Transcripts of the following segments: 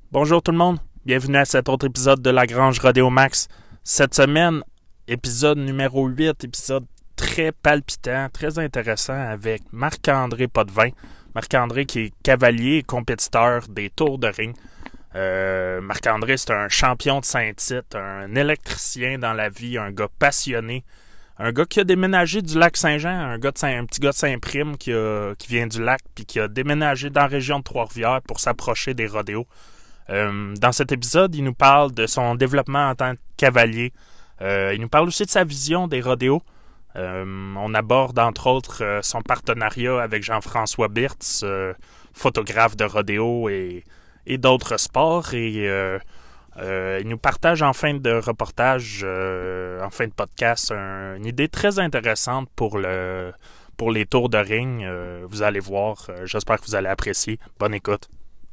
Bonjour tout le monde, bienvenue à cet autre épisode de La Grange Rodéo Max. Cette semaine, épisode numéro 8, épisode très palpitant, très intéressant avec Marc-André Potvin. Marc-André qui est cavalier et compétiteur des tours de ring. Marc-André, c'est un champion de Saint-Tite, un électricien dans la vie, un gars passionné. Un gars qui a déménagé du lac Saint-Jean, un petit gars de Saint-Prime qui vient du lac puis qui a déménagé dans la région de Trois-Rivières pour s'approcher des rodéos. Dans cet épisode, il nous parle de son développement en tant que cavalier. Il nous parle aussi de sa vision des rodéos. On aborde entre autres son partenariat avec Jean-François Birtz, photographe de rodéo et d'autres sports. Et il nous partage en fin de reportage, en fin de podcast, une idée très intéressante pour les tours de ring. Vous allez voir, j'espère que vous allez apprécier. Bonne écoute.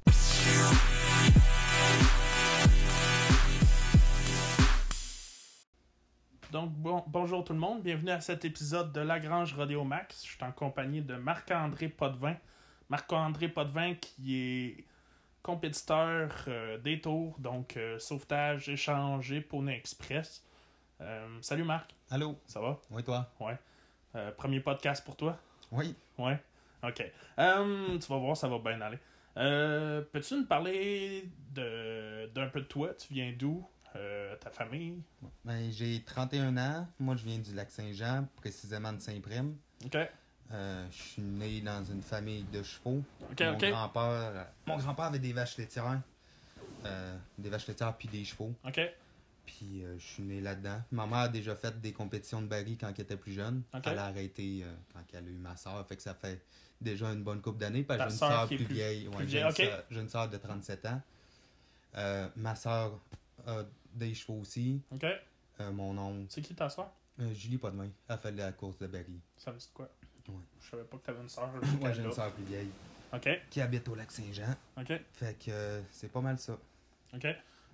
Donc, bonjour tout le monde, bienvenue à cet épisode de La Grange Rodéo Max. Je suis en compagnie de Marc-André Potvin. Marc-André Potvin qui est compétiteur des tours, donc sauvetage, échange et poney express. Salut Marc. Allô. Ça va? Oui, toi? Ouais. Premier podcast pour toi? Oui. Ouais. OK. Tu vas voir, ça va bien aller. Peux-tu nous parler d'un peu de toi? Tu viens d'où? Ta famille? Ben, j'ai 31 ans. Moi, je viens du lac Saint-Jean, précisément de Saint-Prime. OK. Je suis né dans une famille de chevaux. OK. Mon grand-père avait des vaches laitières. Puis des chevaux. OK. Puis je suis né là-dedans. Ma mère a déjà fait des compétitions de baril quand elle était plus jeune. OK. Elle a arrêté quand elle a eu ma soeur. Fait que ça fait déjà une bonne couple d'années. Parce que Ta j'ai une sœur soeur qui est plus vieille. plus vieille. OK. J'ai une soeur de 37 ans. Ma soeur a des chevaux aussi. OK. Mon oncle. C'est qui ta soeur? Julie Potvin. Elle fait de la course de baril. Ça me dit quoi? Ouais. Je savais pas que t'avais une sœur. Moi, j'ai une soeur plus vieille. OK. Qui habite au lac Saint-Jean. OK. Fait que c'est pas mal ça. OK.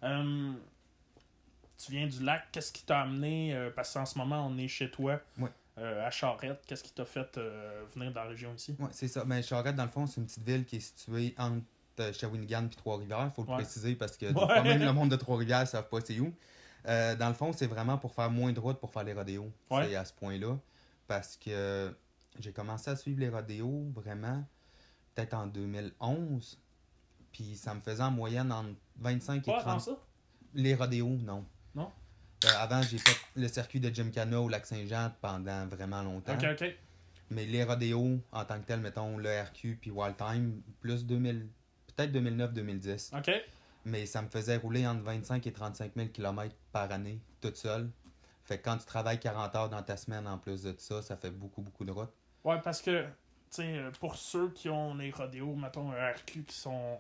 Tu viens du lac. Qu'est-ce qui t'a amené? Parce qu'en ce moment, on est chez toi. Ouais. À Charette. Qu'est-ce qui t'a fait venir dans la région ici? Ouais, c'est ça. Mais Charette, dans le fond, c'est une petite ville qui est située entre Shawinigan et Trois-Rivières. Faut le préciser parce que quand même le monde de Trois-Rivières ne savent pas c'est où. Dans le fond, c'est vraiment pour faire moins de route pour faire les rodéos. Ouais. C'est à ce point-là. Parce que j'ai commencé à suivre les rodéos vraiment peut-être en 2011. Puis ça me faisait en moyenne entre 25 et 30. Avant ça? Les rodéos, non. Non? Avant, j'ai fait le circuit de Gymkhana au lac Saint-Jean pendant vraiment longtemps. OK. Mais les rodéos, en tant que tel, mettons le RQ puis Wild Time, plus 2000, peut-être 2009-2010. OK. Mais ça me faisait rouler entre 25 et 35 000 km par année, toute seule. Fait que quand tu travailles 40 heures dans ta semaine en plus de tout ça, ça fait beaucoup, beaucoup de route. Ouais, parce que, tu sais, pour ceux qui ont les rodéos, mettons, un RQ qui sont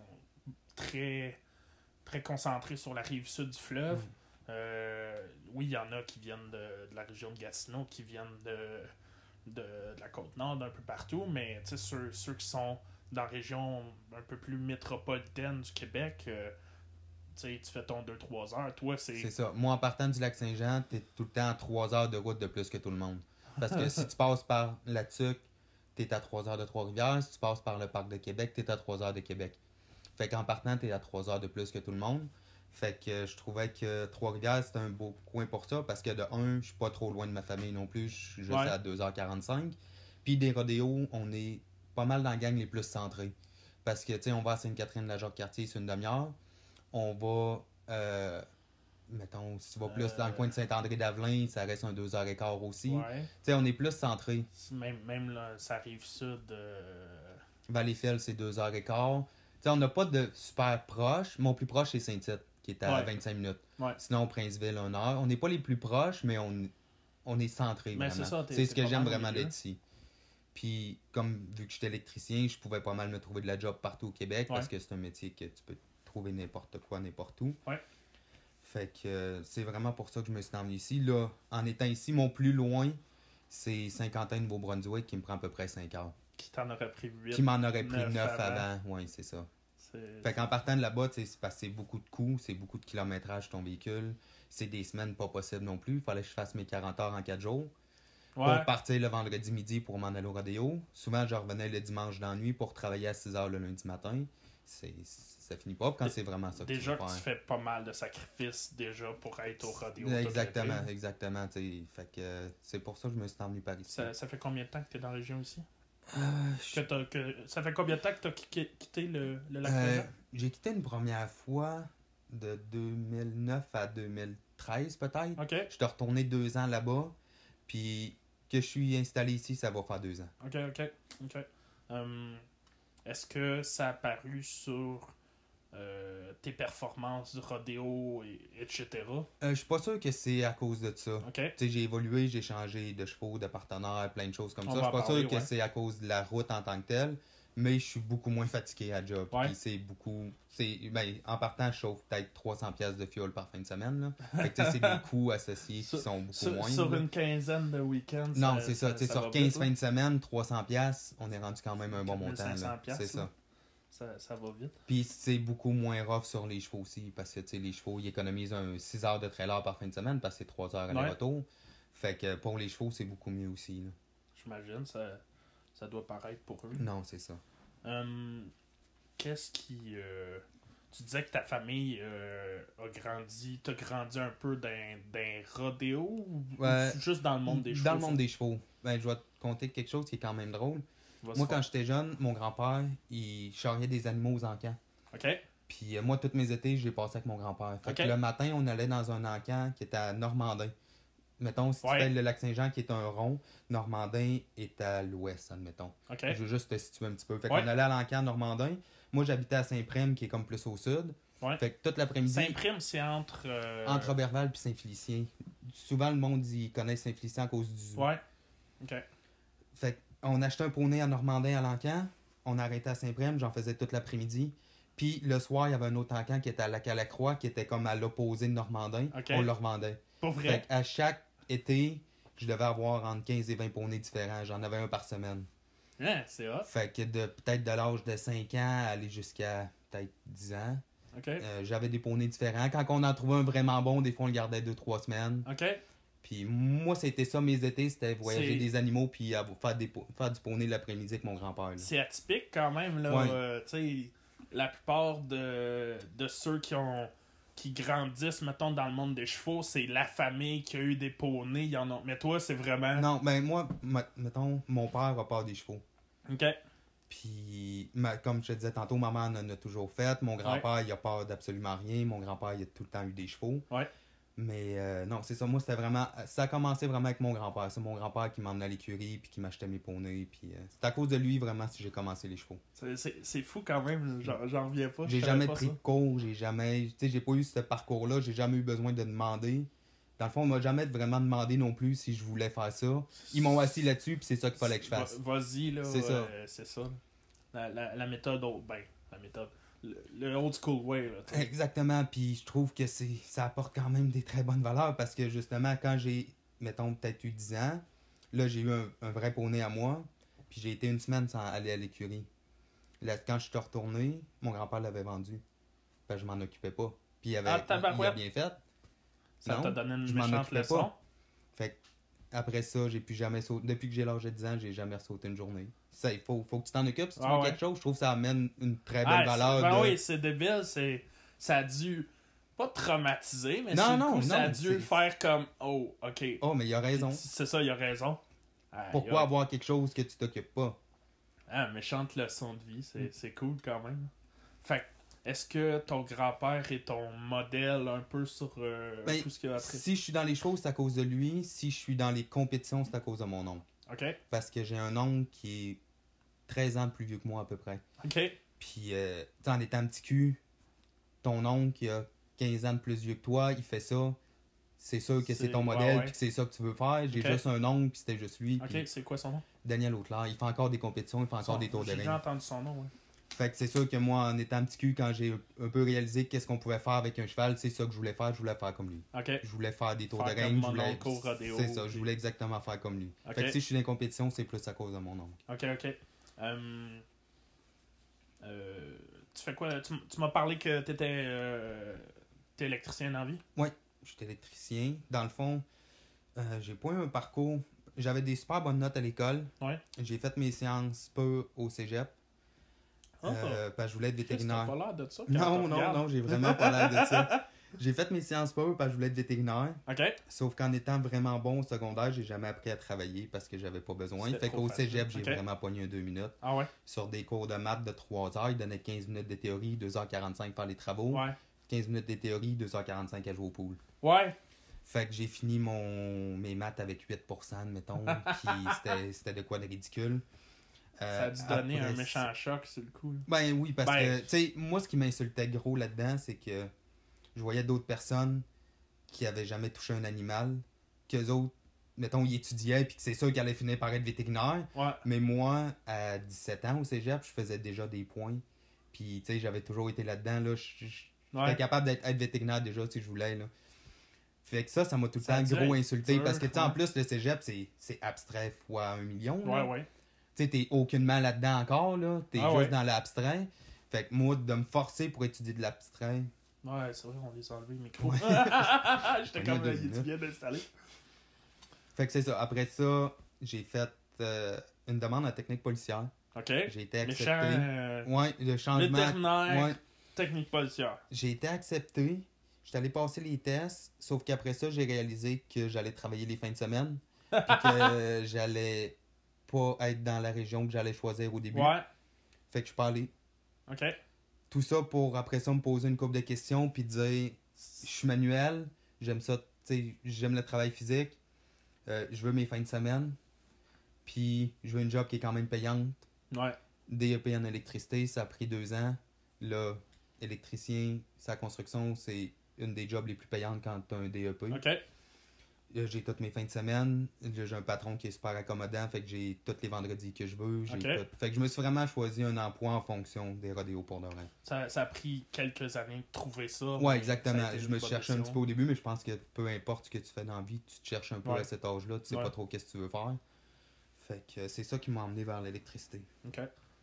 très, très concentrés sur la rive sud du fleuve, oui, il y en a qui viennent de la région de Gatineau, qui viennent de la Côte-Nord, d'un peu partout, mais tu sais, ceux qui sont dans la région un peu plus métropolitaine du Québec, tu sais, tu fais ton 2-3 heures. Toi, C'est ça. Moi, en partant du lac Saint-Jean, t'es tout le temps à 3 heures de route de plus que tout le monde. Parce que si tu passes par la Tuque, t'es à 3 heures de Trois-Rivières. Si tu passes par le parc de Québec, t'es à 3 heures de Québec. Fait qu'en partant, t'es à 3 heures de plus que tout le monde. Fait que je trouvais que Trois-Rivières, c'était un beau coin pour ça. Parce que de un, je suis pas trop loin de ma famille non plus. Je suis juste à 2h45. Puis des rodéos, on est pas mal dans la gang les plus centrés. Parce que, tu sais, on va à Sainte-Catherine-de-la-Jacques-Cartier, c'est une demi-heure. On va, mettons, si tu vas plus dans le coin de Saint-André-d'Avelin, ça reste un 2h15 aussi. Ouais. Tu sais, on est plus centré. Même là, ça arrive sud. Valleyfield, c'est 2h15. Tu sais, on n'a pas de super proche. Mon plus proche, c'est Saint-Tite, qui est à 25 minutes. Ouais. Sinon, Princeville, 1 heure. On n'est pas les plus proches, mais on est centré, Mais vraiment. c'est ce que j'aime vraiment d'être ici. Puis, comme vu que j'étais électricien, je pouvais pas mal me trouver de la job partout au Québec, parce que c'est un métier que tu peux trouver n'importe quoi, n'importe où. Ouais. Fait que c'est vraiment pour ça que je me suis emmené ici. Là, en étant ici, mon plus loin, c'est Saint-Quentin-Nouveau-Brunswick, qui me prend à peu près 5 heures. Qui t'en aurait pris 8. Qui m'en aurait pris 9 avant. Oui, c'est ça. Fait qu'en partant de là-bas, c'est parce que c'est beaucoup de coûts, c'est beaucoup de kilométrage ton véhicule. C'est des semaines pas possibles non plus. Il fallait que je fasse mes 40 heures en 4 jours. Pour partir le vendredi midi pour m'en aller au rodéo. Souvent, je revenais le dimanche dans la nuit pour travailler à 6 heures le lundi matin. ça finit pas quand c'est vraiment ça que déjà tu veux que tu faire. fais pas mal de sacrifices déjà pour être au rodéo. Exactement. Fait que c'est pour ça que je me suis emmené par ici. Ça fait combien de temps que tu es dans la région ici? Je- Ça fait combien de temps que tu as quitté le Lac-Saint-Jean? J'ai quitté une première fois de 2009 à 2013 peut-être. OK. Je suis retourné 2 ans là-bas. Puis que je suis installé ici, ça va faire 2 ans. OK. Est-ce que ça a apparu sur tes performances du rodéo, etc.? Je suis pas sûr que c'est à cause de ça. OK. Tu sais, j'ai évolué, j'ai changé de chevaux, de partenaires, plein de choses comme On ça. Je va suis en pas parler, sûr que ouais. c'est à cause de la route en tant que telle, mais je suis beaucoup moins fatigué à job. Ouais. Puis c'est beaucoup... en partant, je chauffe peut-être 300$ de fuel par fin de semaine. Là. Fait que tu sais, c'est des coûts associés qui sont beaucoup moins. Sur une quinzaine de week-ends. Non, c'est ça. Tu sais, sur 15 fins vite, de semaine, 300$, on est rendu quand même un bon montant. 1500$, Là. C'est ça. Ça va vite. Puis c'est beaucoup moins rough sur les chevaux aussi, parce que tu sais, les chevaux, ils économisent 6 heures de trailer par fin de semaine, parce que c'est 3 heures aller-retour. Fait que pour les chevaux, c'est beaucoup mieux aussi. Là. J'imagine, ça doit paraître pour eux. Non, c'est ça. Qu'est-ce qui... tu disais que ta famille t'as grandi un peu dans rodéo ou juste dans le monde des chevaux? Dans le monde des chevaux. Ben, je vais te conter quelque chose qui est quand même drôle. Moi, quand j'étais jeune, mon grand-père, il charriait des animaux aux encans. OK. Puis moi, tous mes étés, je les passais avec mon grand-père. Fait que le matin, on allait dans un encan qui était à Normandin. Mettons, si tu fais le Lac-Saint-Jean qui est un rond, Normandin est à l'ouest, admettons. Okay. Je veux juste te situer un petit peu. Fait qu'on allait à l'encan Normandin. Moi, j'habitais à Saint-Prime, qui est comme plus au sud. Fait que toute l'après-midi... Saint-Prime, c'est entre... Entre Roberval et Saint-Félicien. Souvent, le monde, il connaît Saint-Félicien à cause du zoo. Ouais. OK. Fait qu'on achetait un poney à Normandin à l'encan. On arrêtait à Saint-Prime, j'en faisais toute l'après-midi. Puis le soir, il y avait un autre encan qui était à Lac-à-la-Croix, qui était comme à l'opposé de Normandin. Okay. On le revendait. Pour vrai? Fait qu'à chaque été, je devais avoir entre 15 et 20 poneys différents. J'en avais un par semaine. Yeah, c'est hot. Fait que peut-être de l'âge de 5 ans à aller jusqu'à peut-être 10 ans. Okay. J'avais des poneys différents. Quand on en trouvait un vraiment bon, des fois on le gardait 2-3 semaines. OK. Puis moi, c'était ça mes étés, c'était voyager des animaux puis faire du poney l'après-midi avec mon grand-père. Là. C'est atypique quand même. Là. Ouais. Tu sais, la plupart de ceux qui grandissent, mettons, dans le monde des chevaux, c'est la famille qui a eu des poneys. Y en a... Mais toi, c'est vraiment... Non, ben moi, mettons, mon père a peur des chevaux. OK. Puis, comme je te disais tantôt, maman en a toujours fait. Mon grand-père, il a peur d'absolument rien. Mon grand-père, il a tout le temps eu des chevaux. Ouais. Mais non, c'est ça. Moi, c'était vraiment... Ça a commencé vraiment avec mon grand-père. C'est mon grand-père qui m'emmenait à l'écurie puis qui m'achetait mes poneys. Puis c'est à cause de lui, vraiment, si j'ai commencé les chevaux. C'est fou quand même. J'en reviens pas. J'ai jamais pris de cours. J'ai jamais... Tu sais, j'ai pas eu ce parcours-là. J'ai jamais eu besoin de demander. Dans le fond, on m'a jamais vraiment demandé non plus si je voulais faire ça. Ils m'ont assis là-dessus puis c'est ça qu'il fallait que je fasse. Vas-y, là. C'est ça. C'est ça. La méthode... la méthode... Le old school way, là. T'sais. Exactement, puis je trouve que ça apporte quand même des très bonnes valeurs parce que justement, quand j'ai, mettons, peut-être eu 10 ans, là, j'ai eu un vrai poney à moi, puis j'ai été une semaine sans aller à l'écurie. Là, quand je suis retourné, mon grand-père l'avait vendu. Ben, je m'en occupais pas. Puis il a bien fait. Ça t'a donné une je m'en méchante occupais leçon. pas. Fait que, après ça, j'ai plus jamais sauté. Depuis que j'ai l'âge de 10 ans, j'ai jamais sauté une journée. Ça, il faut que tu t'en occupes si tu veux quelque chose. Je trouve que ça amène une très belle valeur. Oui, c'est débile. Ça a dû pas traumatiser, mais ça a dû faire comme oh, ok. Oh, mais il a raison. C'est ça, il a raison. Pourquoi avoir quelque chose que tu t'occupes pas? Ah, méchante leçon de vie, c'est cool quand même. Fait que, est-ce que ton grand-père est ton modèle un peu sur tout ce qu'il a appris? Si je suis dans les choses, c'est à cause de lui. Si je suis dans les compétitions, c'est à cause de mon oncle. OK. Parce que j'ai un oncle qui est 13 ans plus vieux que moi à peu près. OK. Puis, en étant petit cul, ton oncle qui a 15 ans de plus vieux que toi, il fait ça. C'est sûr que c'est ton modèle puis que c'est ça que tu veux faire. J'ai juste un oncle puis c'était juste lui. OK, c'est quoi son nom? Daniel Auclair. Il fait encore des compétitions, il fait encore des tours de ligne. J'ai déjà entendu son nom, ouais. Fait que c'est sûr que moi, en étant petit cul, quand j'ai un peu réalisé qu'est-ce qu'on pouvait faire avec un cheval, c'est ça que je voulais faire comme lui. Okay. Je voulais faire des tours de ring. C'est ça, je voulais exactement faire comme lui. Okay. Fait que si je suis dans la compétition, c'est plus à cause de mon oncle. OK. Tu fais quoi? Tu m'as parlé que t'es électricien dans la vie? Oui, je suis électricien. Dans le fond, j'ai pas eu un parcours... J'avais des super bonnes notes à l'école. Ouais. J'ai fait mes séances peu au cégep. Parce que je voulais être vétérinaire. T'as pas l'air de ça? Non, j'ai vraiment pas l'air de ça. J'ai fait mes sciences po parce que je voulais être vétérinaire. OK. Sauf qu'en étant vraiment bon au secondaire, j'ai jamais appris à travailler parce que j'avais pas besoin. C'était Fait trop qu'au facile. cégep, j'ai OK. vraiment pogné un 2 minutes. Ah ouais? Sur des cours de maths de 3 heures, ils donnaient 15 minutes de théorie, 2h45 par les travaux. Ouais. 15 minutes de théorie, 2h45 à jouer au pool. Ouais. Fait que j'ai fini mes maths avec 8%, mettons. Puis c'était de quoi de ridicule. Ça a dû donner après, un méchant choc sur le coup. Ben oui, parce Ben, que, tu sais, moi, ce qui m'insultait gros là-dedans, c'est que je voyais d'autres personnes qui avaient jamais touché un animal, qu'eux autres, mettons, ils étudiaient, puis que c'est sûr qu'ils allaient finir par être vétérinaires. Ouais. Mais moi, à 17 ans au cégep, je faisais déjà des points. Puis, tu sais, j'avais toujours été là-dedans, là. J'étais capable d'être vétérinaire déjà, si je voulais, là. Fait que ça m'a tout le temps gros insulté. Parce que, tu sais, en plus, le cégep, c'est abstrait fois 1 million. Là. Ouais. Tu sais, t'es aucunement là-dedans encore, là. T'es juste dans l'abstrait. Fait que moi, de me forcer pour étudier de l'abstrait. Ouais, c'est vrai, on les a enlevés le micro. Ouais. J'étais comme, il est bien installé. Fait que c'est ça. Après ça, j'ai fait une demande en technique policière. OK. J'ai été accepté. Méchant, le changement. vétérinaire, Ouais. technique policière. J'ai été accepté. J'étais allé passer les tests. Sauf qu'après ça, j'ai réalisé que j'allais travailler les fins de semaine. Puis que j'allais pas être dans la région que j'allais choisir au début. Ouais. Fait que je suis pas allé. OK. Tout ça pour après ça me poser une couple de questions puis dire je suis manuel, j'aime ça, tu sais, j'aime le travail physique, je veux mes fins de semaine, puis je veux une job qui est quand même payante. Ouais. DEP en électricité, ça a pris 2 ans. Là, électricien, sa construction, c'est une des jobs les plus payantes quand tu as un DEP. OK. J'ai toutes mes fins de semaine. J'ai un patron qui est super accommodant, fait que j'ai tous les vendredis que je veux. Fait que je me suis vraiment choisi un emploi en fonction des rodéos pour de vrai. Ça a pris quelques années de trouver ça. Ouais, exactement. Je me suis cherchais un petit peu au début, mais je pense que peu importe ce que tu fais dans la vie, tu te cherches un peu à cet âge-là. Tu sais pas trop qu'est-ce que tu veux faire. Fait que c'est ça qui m'a emmené vers l'électricité. OK.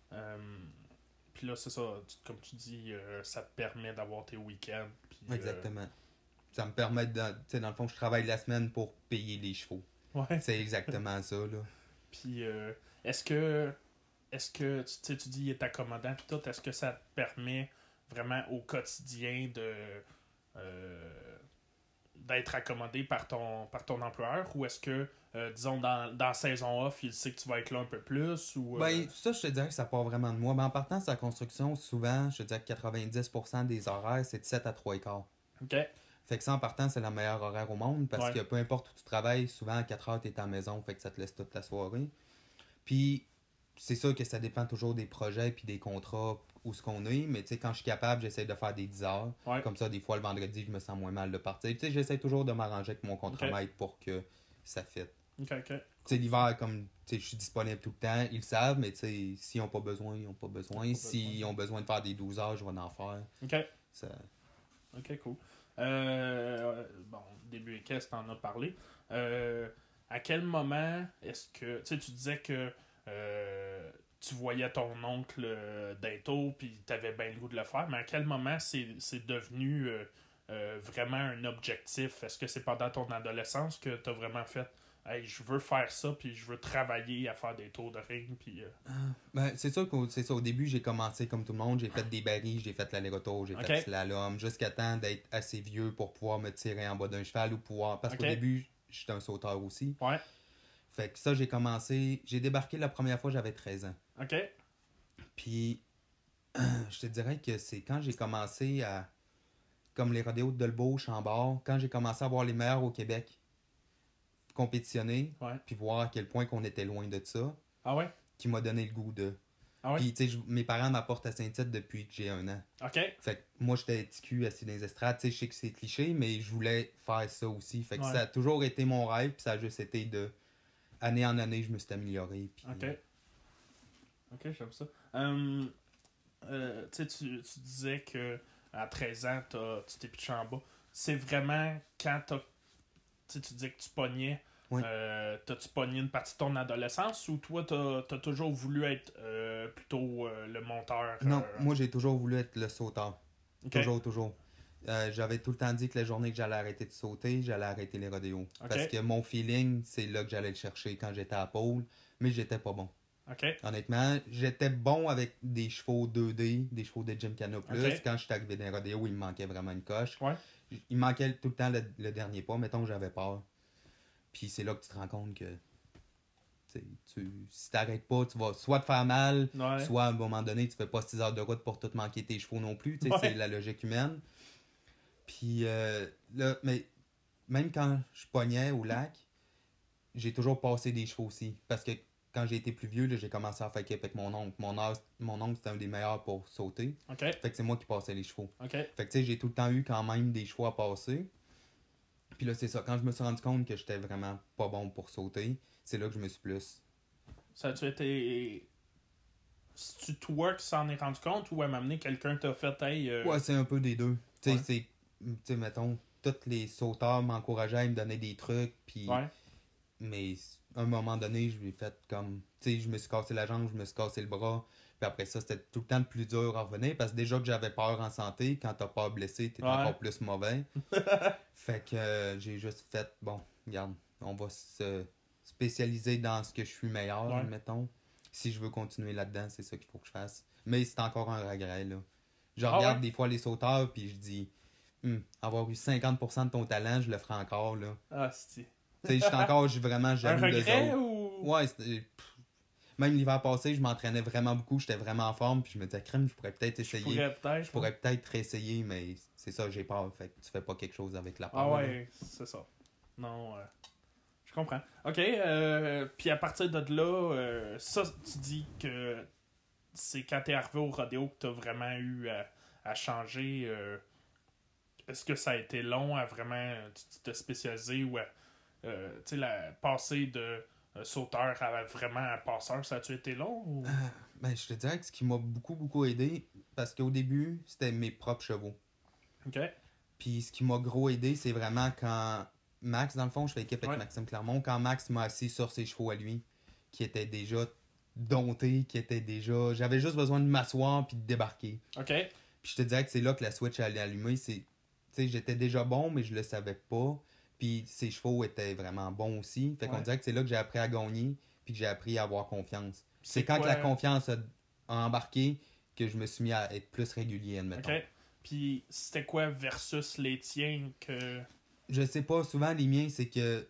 Puis là, c'est ça. Comme tu dis, ça te permet d'avoir tes week-ends. Exactement. Ça me permet de... Tu sais, dans le fond, je travaille la semaine pour payer les chevaux. Ouais. C'est exactement ça, là. Puis, est-ce que tu dis il est accommodant puis tout, est-ce que ça te permet vraiment au quotidien d'être accommodé par ton employeur, ou est-ce que, disons, dans saison off, il sait que tu vas être là un peu plus, ou... Ben, ça, je te dirais que ça part vraiment de moi. Mais en partant de sa construction, souvent, je te dirais que 90% des horaires, c'est de 7 à 3 quarts. OK. Fait que ça, en partant, c'est le meilleur horaire au monde parce que peu importe où tu travailles, souvent à 4 heures, tu es à la maison, fait que ça te laisse toute la soirée. Puis, c'est sûr que ça dépend toujours des projets puis des contrats où ce qu'on est, mais tu sais, quand je suis capable, j'essaie de faire des 10 heures. Ouais. Comme ça, des fois, le vendredi, je me sens moins mal de partir. Tu sais, j'essaie toujours de m'arranger avec mon contremaître pour que ça fitte. OK. Tu sais, l'hiver, comme tu sais, je suis disponible tout le temps, ils le savent, mais tu sais, s'ils n'ont pas besoin, ils n'ont pas besoin. S'ils ont besoin de faire des 12 heures, je vais en faire. OK. Ça... OK, cool. Bon, début équestre, t'en as parlé. À quel moment est-ce que... Tu sais, tu disais que tu voyais ton oncle d'Into, puis t'avais bien le goût de le faire, mais à quel moment c'est devenu vraiment un objectif? Est-ce que c'est pendant ton adolescence que t'as vraiment fait « Hey, je veux faire ça, puis je veux travailler à faire des tours de ring, puis... Ben, c'est sûr qu'au début, j'ai commencé comme tout le monde. J'ai fait des barils, j'ai fait l'aller-retour, j'ai fait slalom, jusqu'à temps d'être assez vieux pour pouvoir me tirer en bas d'un cheval ou pouvoir... Parce qu'au début, j'étais un sauteur aussi. Ouais. Fait que ça, j'ai commencé... J'ai débarqué la première fois, j'avais 13 ans. OK. Puis, je te dirais que c'est quand j'ai commencé à... Comme les rodéos de Dolbeau, Chambord, quand j'ai commencé à voir les meilleurs au Québec compétitionner, puis voir à quel point qu'on était loin de ça. Ah ouais? Qui m'a donné le goût de... Ah ouais? Puis, tu sais, mes parents m'apportent à Saint-Tite depuis que j'ai 1 an. OK. Fait que moi, j'étais TQ assis dans les estrades. Tu sais, je sais que c'est cliché, mais je voulais faire ça aussi. Fait que ça a toujours été mon rêve, puis ça a juste été de... Année en année, je me suis amélioré. Puis... OK. OK, j'aime ça. Tu disais que à 13 ans, tu t'es pitché en bas. C'est vraiment quand tu disais que tu pognais. Oui. T'as-tu pogné une partie de ton adolescence, ou toi, t'as toujours voulu être plutôt le monteur? Non, moi, j'ai toujours voulu être le sauteur. Okay. Toujours. J'avais tout le temps dit que la journée que j'allais arrêter de sauter, j'allais arrêter les rodéos. Okay. Parce que mon feeling, c'est là que j'allais le chercher quand j'étais à pôle, mais j'étais pas bon. OK. Honnêtement, j'étais bon avec des chevaux 2D, des chevaux de Gymkhana Plus. OK. Quand j'étais arrivé dans les rodéos, il me manquait vraiment une coche. Ouais. Il me manquait tout le temps le dernier pas. Mettons, j'avais peur. Puis c'est là que tu te rends compte que si t'arrêtes pas, tu vas soit te faire mal, Ouais. soit à un moment donné, tu fais pas 6 heures de route pour tout manquer tes chevaux non plus. Ouais. C'est la logique humaine. Puis là, mais même quand je pognais au lac, j'ai toujours passé des chevaux aussi. Parce que quand j'ai été plus vieux, là, j'ai commencé à faire équipe avec mon oncle. Mon oncle, c'était un des meilleurs pour sauter. OK. Fait que c'est moi qui passais les chevaux. OK. Fait que tu sais, j'ai tout le temps eu quand même des chevaux à passer. Puis là, c'est ça. Quand je me suis rendu compte que j'étais vraiment pas bon pour sauter, c'est là que je me suis plus... Ça a-tu été... C'est-tu toi qui s'en est rendu compte ou à m'amener quelqu'un t'a fait, hey... Ouais, c'est un peu des deux. Tu sais, Ouais. c'est... Tu sais, mettons, tous les sauteurs m'encourageaient, ils me donnaient des trucs, puis... Ouais. Mais à un moment donné, je lui ai fait comme... Tu sais, je me suis cassé la jambe, je me suis cassé le bras. Puis après ça, c'était tout le temps plus dur à revenir. Parce que déjà que j'avais peur en santé, quand t'as peur blessé, t'es Ouais. encore plus mauvais. Fait que j'ai juste fait... Bon, regarde, on va se spécialiser dans ce que je suis meilleur, Ouais. mettons. Si je veux continuer là-dedans, c'est ça qu'il faut que je fasse. Mais c'est encore un regret, là. Je Ah regarde ouais? des fois les sauteurs, puis je dis... avoir eu 50% de ton talent, je le ferai encore, là. Ah, c'est... Tu sais, je suis vraiment Un jaloux d'eux regret autres. ou... Ouais, même l'hiver passé, je m'entraînais vraiment beaucoup, j'étais vraiment en forme, puis je me disais, crème, je pourrais peut-être essayer. Je pourrais peut-être réessayer, mais c'est ça, j'ai peur. Fait que tu fais pas quelque chose avec la peur. Ah ouais, c'est ça. Non, je comprends. OK, puis à partir de là, ça, tu dis que c'est quand t'es arrivé au rodéo que t'as vraiment eu à changer. Est-ce que ça a été long à vraiment te spécialiser ou à tu sais, passer de sauteur à vraiment à passeur, ça a-tu été long? Ou... Ben, je te dirais que ce qui m'a beaucoup aidé, parce qu'au début, c'était mes propres chevaux. OK. Puis ce qui m'a gros aidé, c'est vraiment quand Max, dans le fond, je fais équipe avec Maxime Clermont, quand Max m'a assis sur ses chevaux à lui, qui étaient déjà domptés, qui étaient déjà... J'avais juste besoin de m'asseoir puis de débarquer. OK. Puis je te dirais que c'est là que la switch allait allumer. Tu sais, j'étais déjà bon, mais je le savais pas. Puis ses chevaux étaient vraiment bons aussi. Fait qu'on dirait que c'est là que j'ai appris à gagner, puis que j'ai appris à avoir confiance. C'est quand que la confiance a embarqué que je me suis mis à être plus régulier, admettons. OK. Puis c'était quoi versus les tiens que... Je sais pas, souvent les miens, c'est que...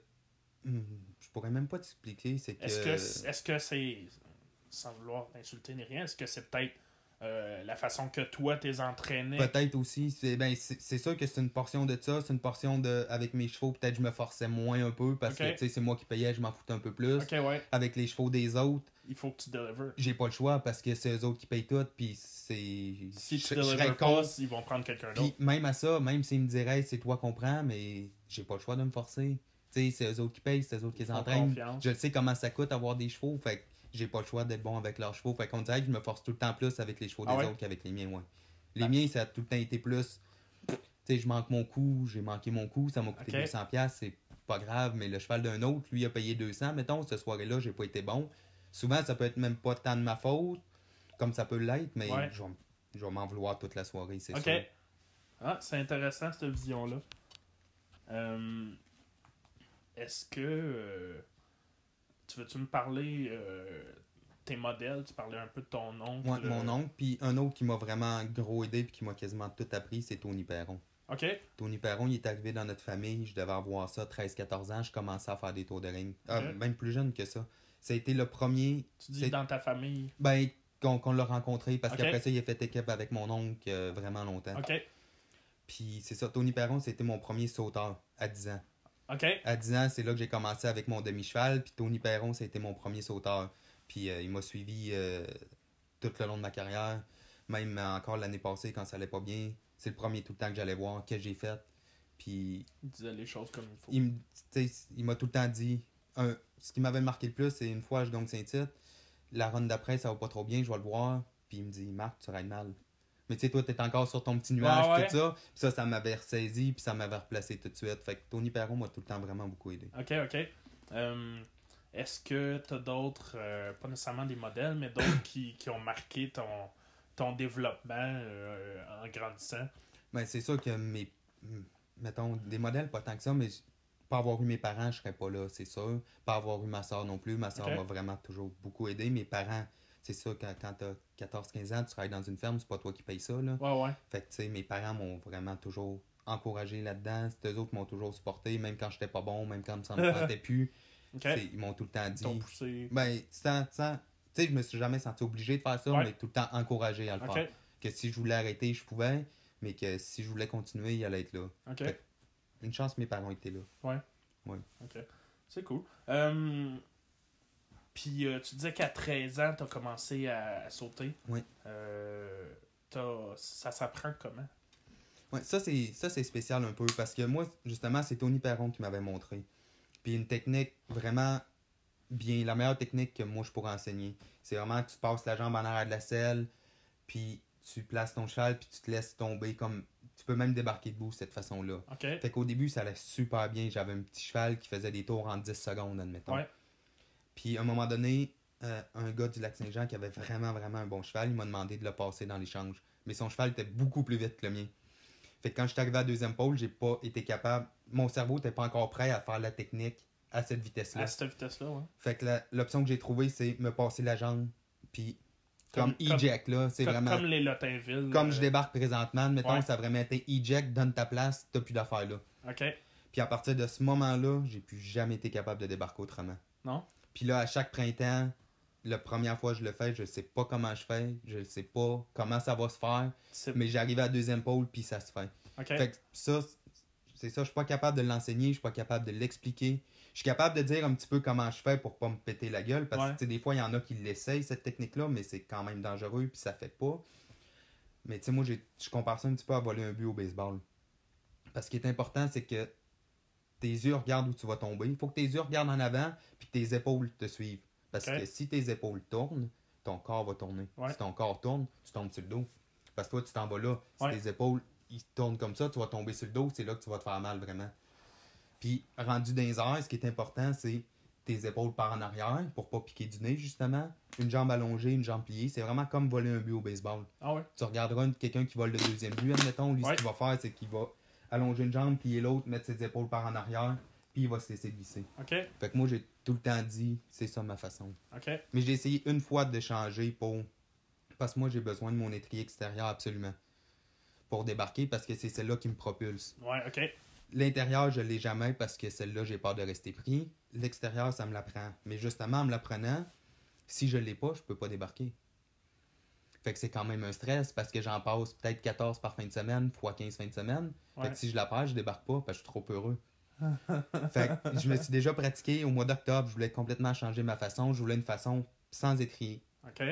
je pourrais même pas t'expliquer, c'est que... Est-ce que c'est... Sans vouloir t'insulter ni rien, est-ce que c'est peut-être la façon que toi t'es entraîné? Peut-être aussi. C'est sûr que c'est une portion de ça. C'est une portion de... Avec mes chevaux, peut-être je me forçais moins un peu parce que c'est moi qui payais, je m'en foutais un peu plus. OK, ouais. Avec les chevaux des autres, il faut que tu délivres. J'ai pas le choix parce que c'est eux autres qui payent tout. Puis c'est... Si tu délivres pas, ils vont prendre quelqu'un d'autre. Puis même à ça, même s'ils me diraient c'est toi qu'on prend, mais j'ai pas le choix de me forcer. Tu sais, c'est eux autres qui payent, c'est eux autres qui les entraînent. Je sais comment ça coûte avoir des chevaux, fait que j'ai pas le choix d'être bon avec leurs chevaux. Fait qu'on dirait que je me force tout le temps plus avec les chevaux des autres qu'avec les miens, ouais. Les miens, ça a tout le temps été plus... Tu sais, je manque mon coup, j'ai manqué mon coup, ça m'a coûté 200$, c'est pas grave, mais le cheval d'un autre, lui, a payé 200$, mettons, cette soirée-là, j'ai pas été bon. Souvent, ça peut être même pas tant de ma faute, comme ça peut l'être, mais je vais m'en vouloir toute la soirée, c'est sûr. Ah, c'est intéressant, cette vision-là. Est-ce que... tu veux-tu me parler tes modèles? Tu parlais un peu de ton oncle. Ouais, mon oncle. Puis un autre qui m'a vraiment gros aidé puis qui m'a quasiment tout appris, c'est Tony Perron. OK. Tony Perron, il est arrivé dans notre famille. Je devais avoir ça, 13-14 ans. Je commençais à faire des tours de ring. Même plus jeune que ça. Ça a été le premier... Tu dis dans ta famille? Ben, qu'on l'a rencontré. Parce qu'après ça, il a fait équipe avec mon oncle vraiment longtemps. OK. Puis c'est ça, Tony Perron, c'était mon premier sauteur à 10 ans. OK. À 10 ans, c'est là que j'ai commencé avec mon demi-cheval. Puis Tony Perron, c'était mon premier sauteur. Puis il m'a suivi tout le long de ma carrière. Même encore l'année passée, quand ça allait pas bien. C'est le premier tout le temps que j'allais voir, que j'ai fait. Puis... Il disait les choses comme il faut. Il m'a tout le temps dit... ce qui m'avait marqué le plus, c'est une fois je gagne Saint-Tite. La run d'après, ça va pas trop bien, je vais le voir. Puis il me dit, Marc, tu rides mal. Mais tu sais, toi, t'es encore sur ton petit nuage, tout ça. Puis ça m'avait ressaisi, puis ça m'avait replacé tout de suite. Fait que Tony Perron m'a tout le temps vraiment beaucoup aidé. OK. Est-ce que t'as d'autres, pas nécessairement des modèles, mais d'autres qui ont marqué ton développement en grandissant? Ben, c'est sûr que mettons, des modèles, pas tant que ça, mais pas avoir eu mes parents, je serais pas là, c'est sûr. Pas avoir eu ma soeur non plus. Ma soeur Ok. m'a vraiment toujours beaucoup aidé. Mes parents, c'est ça, quand t'as 14-15 ans, tu travailles dans une ferme, c'est pas toi qui payes ça, là. Ouais. Fait que, tu sais, mes parents m'ont vraiment toujours encouragé là-dedans. Eux autres m'ont toujours supporté, même quand j'étais pas bon, même quand ça me tentait plus. Ok. Ils m'ont tout le temps Ils t'ont dit. poussé. Ben, tu sais, je me suis jamais senti obligé de faire ça, Ouais. mais tout le temps encouragé à le Ok. faire. Que si je voulais arrêter, je pouvais, mais que si je voulais continuer, il allait être là. Ok. Fait une chance, mes parents étaient là. Ok. C'est cool. Puis tu disais qu'à 13 ans, t'as commencé à sauter. Oui. Ça s'apprend comment? Ouais, ça c'est spécial un peu parce que moi, justement, c'est Tony Perron qui m'avait montré. Puis une technique vraiment bien, la meilleure technique que moi je pourrais enseigner. C'est vraiment que tu passes la jambe en arrière de la selle, puis tu places ton cheval, puis tu te laisses tomber comme. Tu peux même débarquer debout de cette façon-là. Ok. Fait qu'au début, ça allait super bien. J'avais un petit cheval qui faisait des tours en 10 secondes, admettons. Ouais. Puis à un moment donné, un gars du Lac-Saint-Jean qui avait vraiment, vraiment un bon cheval, il m'a demandé de le passer dans l'échange. Mais son cheval était beaucoup plus vite que le mien. Fait que quand je suis arrivé à la deuxième pôle, j'ai pas été capable. Mon cerveau n'était pas encore prêt à faire la technique à cette vitesse-là. À cette vitesse-là, ouais. Fait que l'option que j'ai trouvée, c'est me passer la jambe, puis comme Comme- eject, là, c'est vraiment. Comme les Lotinville. Comme je débarque présentement, mettons, Ouais. ça a vraiment été eject, donne ta place, t'as plus d'affaires là. Ok. Puis à partir de ce moment-là, j'ai plus jamais été capable de débarquer autrement. Non? Puis là, à chaque printemps, la première fois que je le fais, je sais pas comment je fais, je sais pas comment ça va se faire, mais j'arrive à la deuxième pôle, puis ça se fait. Ok. Fait que ça, c'est ça, je suis pas capable de l'enseigner, je suis pas capable de l'expliquer. Je suis capable de dire un petit peu comment je fais pour pas me péter la gueule, parce que Ouais. tu sais, des fois, il y en a qui l'essayent, cette technique-là, mais c'est quand même dangereux, puis ça fait pas. Mais tu sais, moi, je compare ça un petit peu à voler un but au baseball. Parce ce qui est important, c'est que tes yeux regardent où tu vas tomber. Il faut que tes yeux regardent en avant, puis que tes épaules te suivent. Parce Ok. que si tes épaules tournent, ton corps va tourner. Ouais. Si ton corps tourne, tu tombes sur le dos. Parce que toi, tu t'en vas là. Si Ouais. tes épaules ils tournent comme ça, tu vas tomber sur le dos, c'est là que tu vas te faire mal vraiment. Puis, rendu dans les airs, ce qui est important, c'est tes épaules par en arrière pour pas piquer du nez, justement. Une jambe allongée, une jambe pliée. C'est vraiment comme voler un but au baseball. Ah ouais. Tu regarderas quelqu'un qui vole le deuxième but, admettons. Lui, Ouais. ce qu'il va faire, c'est qu'il va allonger une jambe, plier l'autre, mettre ses épaules par en arrière, puis il va se laisser glisser. Ok. Fait que moi, j'ai tout le temps dit, c'est ça ma façon. Ok. Mais j'ai essayé une fois de changer pour. Parce que moi, j'ai besoin de mon étrier extérieur absolument. Pour débarquer, parce que c'est celle-là qui me propulse. Ouais, ok. L'intérieur, je l'ai jamais parce que celle-là, j'ai peur de rester pris. L'extérieur, ça me l'apprend. Mais justement, en me l'apprenant, si je l'ai pas, je peux pas débarquer. Fait que c'est quand même un stress parce que j'en passe peut-être 14 par fin de semaine, fois 15 fins de semaine. Ouais. Fait que si je la perds, je débarque pas parce que je suis trop heureux. Fait que je me suis déjà pratiqué au mois d'octobre. Je voulais complètement changer ma façon. Je voulais une façon sans étrier. Ok.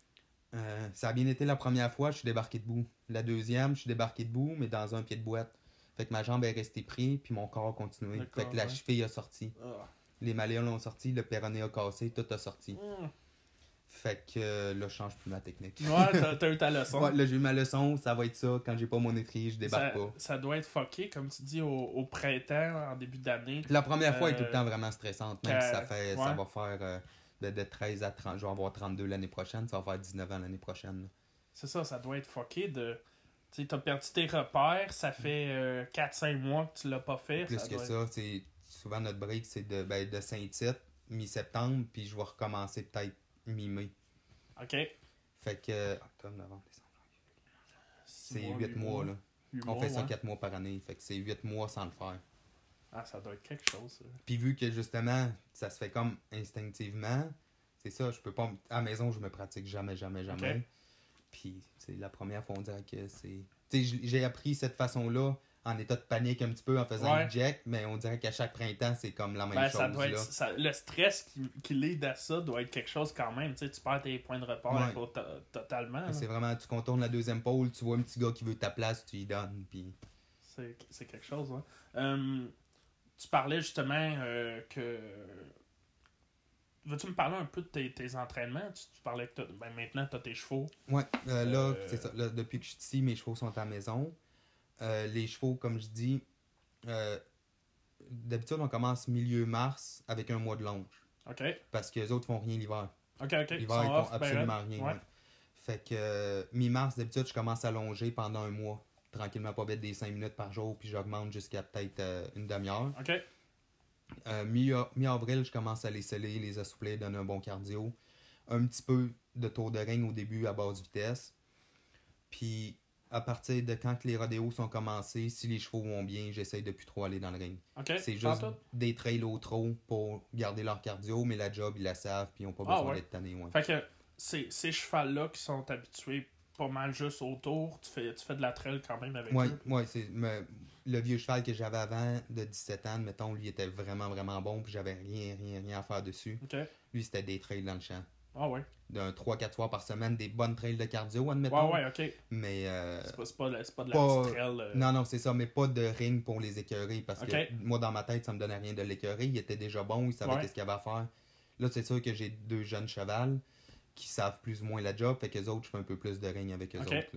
Ça a bien été la première fois, je suis débarqué debout. La deuxième, je suis débarqué debout, mais dans un pied de boîte. Fait que ma jambe est restée prise, puis mon corps a continué. D'accord, Fait que la ouais. cheville a sorti. Ah. Les malléoles ont sorti, le péroné a cassé, tout a sorti. Fait que là, je change plus ma technique. Ouais, t'as eu ta leçon. Ouais, là, j'ai eu ma leçon, ça va être ça. Quand j'ai pas mon étrier, je ça, débarque pas. ça doit être fucké, comme tu dis, au printemps, en début d'année. La première fois est tout le temps vraiment stressante, même si ça ouais. va faire de 13 à 30. Je vais avoir 32 l'année prochaine, ça va faire 19 ans l'année prochaine. Là. C'est ça doit être fucké de. Tu sais, t'as perdu tes repères, ça fait 4-5 mois que tu l'as pas fait. Plus ça que doit ça, c'est souvent notre break, c'est de Saint-Tite, mi-septembre, puis je vais recommencer peut-être mi-mai. Ok. Fait que. Octobre, novembre, décembre. C'est 8 mois, là. 8 On mois, fait ça ouais. 4 mois par année. Fait que c'est 8 mois sans le faire. Ah, ça doit être quelque chose. Ça. Puis vu que justement, ça se fait comme instinctivement, c'est ça, je peux pas. À la maison, je me pratique jamais. Ok. Puis c'est la première fois, on dirait que c'est. Tu sais, j'ai appris cette façon-là en état de panique un petit peu en faisant Ouais. le jack, mais on dirait qu'à chaque printemps, c'est comme la même Ben, chose. ça doit être, là. le stress qui lead à ça doit être quelque chose quand même. Tu sais, tu perds tes points de repère Ouais. totalement. là. C'est vraiment, tu contournes la deuxième pôle, tu vois un petit gars qui veut ta place, tu lui donnes. Puis. C'est quelque chose. Hein. Tu parlais justement que. Veux-tu me parler un peu de tes entraînements? Tu parlais que maintenant, tu as tes chevaux. Ouais, là, c'est ça. Là, depuis que je suis ici, mes chevaux sont à la maison. Les chevaux, comme je dis, d'habitude, on commence milieu mars avec un mois de longe. OK. Parce que les autres font rien l'hiver. OK. L'hiver, ils sont font off, ben absolument raide. rien. Ouais. Ouais. Fait que mi-mars, d'habitude, je commence à longer pendant un mois. Tranquillement, pas bête des 5 minutes par jour, puis j'augmente jusqu'à peut-être une demi-heure. OK. Mi-avril, je commence à les sceller, les assouplir, donner un bon cardio. Un petit peu de tour de ring au début à basse vitesse. Puis à partir de quand les rodéos sont commencés, si les chevaux vont bien, j'essaye de plus trop aller dans le ring. OK. C'est juste des trails au trot pour garder leur cardio, mais la job, ils la savent, puis ils n'ont pas besoin d'être tannés. Ouais. Fait que ces chevals-là qui sont habitués pas mal juste autour, tu fais de la trail quand même avec eux. Oui, le vieux cheval que j'avais avant de 17 ans, mettons, lui était vraiment, vraiment bon, puis j'avais rien à faire dessus. Okay. Lui, c'était des trails dans le champ. Ah ouais. D'un 3-4 fois par semaine, des bonnes trails de cardio, admettons. Ouais, ok. Mais. C'est pas de la petite trail. Non, c'est ça, mais pas de ring pour les écœurer, parce que moi, dans ma tête, ça me donnait rien de l'écœurer. Il était déjà bon, il savait qu'est-ce qu'il avait à faire. Là, c'est sûr que j'ai 2 jeunes chevals qui savent plus ou moins la job, fait qu'eux autres, je fais un peu plus de ring avec eux autres. Là.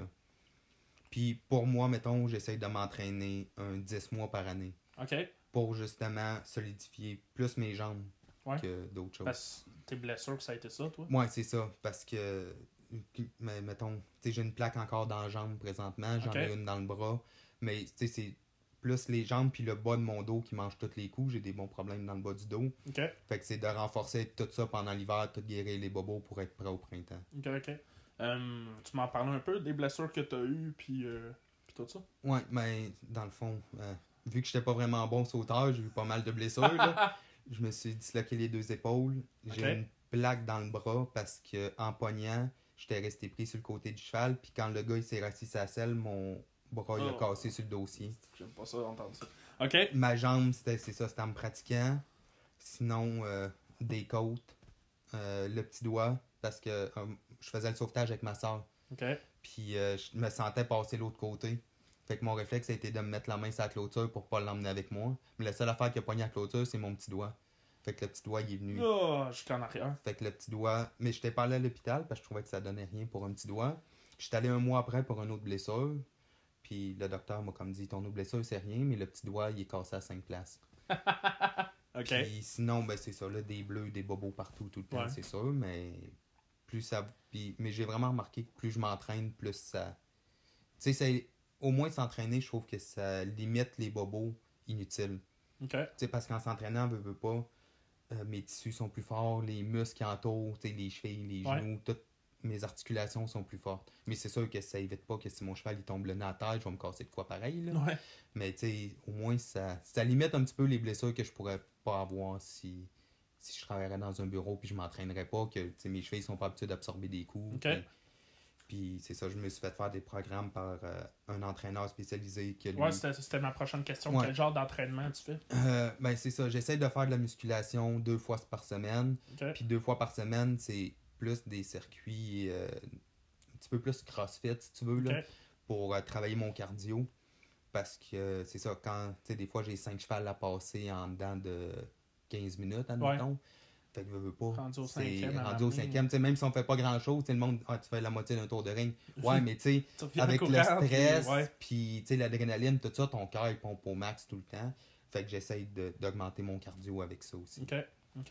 Puis pour moi, mettons, j'essaye de m'entraîner 10 mois par année. OK. Pour justement solidifier plus mes jambes que d'autres choses. Parce que t'es blessure que ça a été ça, toi? Ouais, c'est ça. Parce que, mettons, tu sais, j'ai une plaque encore dans la jambe présentement. J'en ai une dans le bras. Mais, tu sais, c'est plus les jambes puis le bas de mon dos qui mange tous les coups. J'ai des bons problèmes dans le bas du dos. OK. Fait que c'est de renforcer tout ça pendant l'hiver, tout guérir les bobos pour être prêt au printemps. OK. Tu m'en parlais un peu des blessures que t'as eues puis tout ça? Ouais, mais dans le fond, vu que j'étais pas vraiment bon sauteur, j'ai eu pas mal de blessures. Là. Je me suis disloqué les 2 épaules. J'ai une plaque dans le bras parce que en pognant, j'étais resté pris sur le côté du cheval. Puis quand le gars il s'est rassis sa selle, mon bras il a cassé sur le dossier. J'aime pas ça d'entendre ça. OK. Ma jambe, c'était en me pratiquant. Sinon, des côtes, le petit doigt, parce que je faisais le sauvetage avec ma soeur. OK. Puis je me sentais passer l'autre côté. Fait que mon réflexe a été de me mettre la main sur la clôture pour pas l'emmener avec moi. Mais la seule affaire qui a pogné la clôture, c'est mon petit doigt. Fait que le petit doigt, il est venu. Oh, j'étais en arrière. Fait que le petit doigt. Mais j'étais pas allé à l'hôpital parce que je trouvais que ça donnait rien pour un petit doigt. J'étais allé 1 mois après pour une autre blessure. Puis le docteur m'a comme dit ton autre blessure, c'est rien, mais le petit doigt, il est cassé à 5 places. OK. Puis sinon, ben c'est ça, là, des bleus, des bobos partout, tout le temps, c'est sûr. Mais plus ça. Mais j'ai vraiment remarqué que plus je m'entraîne, plus ça. Tu sais, c'est. Au moins s'entraîner, je trouve que ça limite les bobos inutiles. OK. Tu sais, parce qu'en s'entraînant, veut pas, mes tissus sont plus forts, les muscles qui entourent, les chevilles, les genoux, toutes mes articulations sont plus fortes. Mais c'est sûr que ça évite pas que si mon cheval il tombe le nez à terre, je vais me casser 2 fois pareil. Là. Ouais. Mais tu sais, au moins ça limite un petit peu les blessures que je pourrais pas avoir si je travaillerais dans un bureau puis je m'entraînerais pas, que mes chevilles sont pas habituées d'absorber des coups. OK. Puis c'est ça, je me suis fait faire des programmes par un entraîneur spécialisé. Que lui... Ouais, c'était ma prochaine question. Quel genre d'entraînement tu fais? Ben c'est ça, j'essaie de faire de la musculation 2 fois par semaine. Puis 2 fois par semaine, c'est plus des circuits un petit peu plus crossfit, si tu veux, là, pour travailler mon cardio. Parce que c'est ça, quand, tu sais, des fois j'ai 5 chevals à passer en dedans de 15 minutes, admettons. Fait que veux pas. Rendu au 5e. Rendu au 5e. Même si on fait pas grand chose, le monde, tu fais la moitié d'un tour de ring. Ouais, mais tu sais, avec le stress, puis l'adrénaline, tout ça, ton cœur il pompe au max tout le temps. Fait que j'essaye d'augmenter mon cardio avec ça aussi. OK.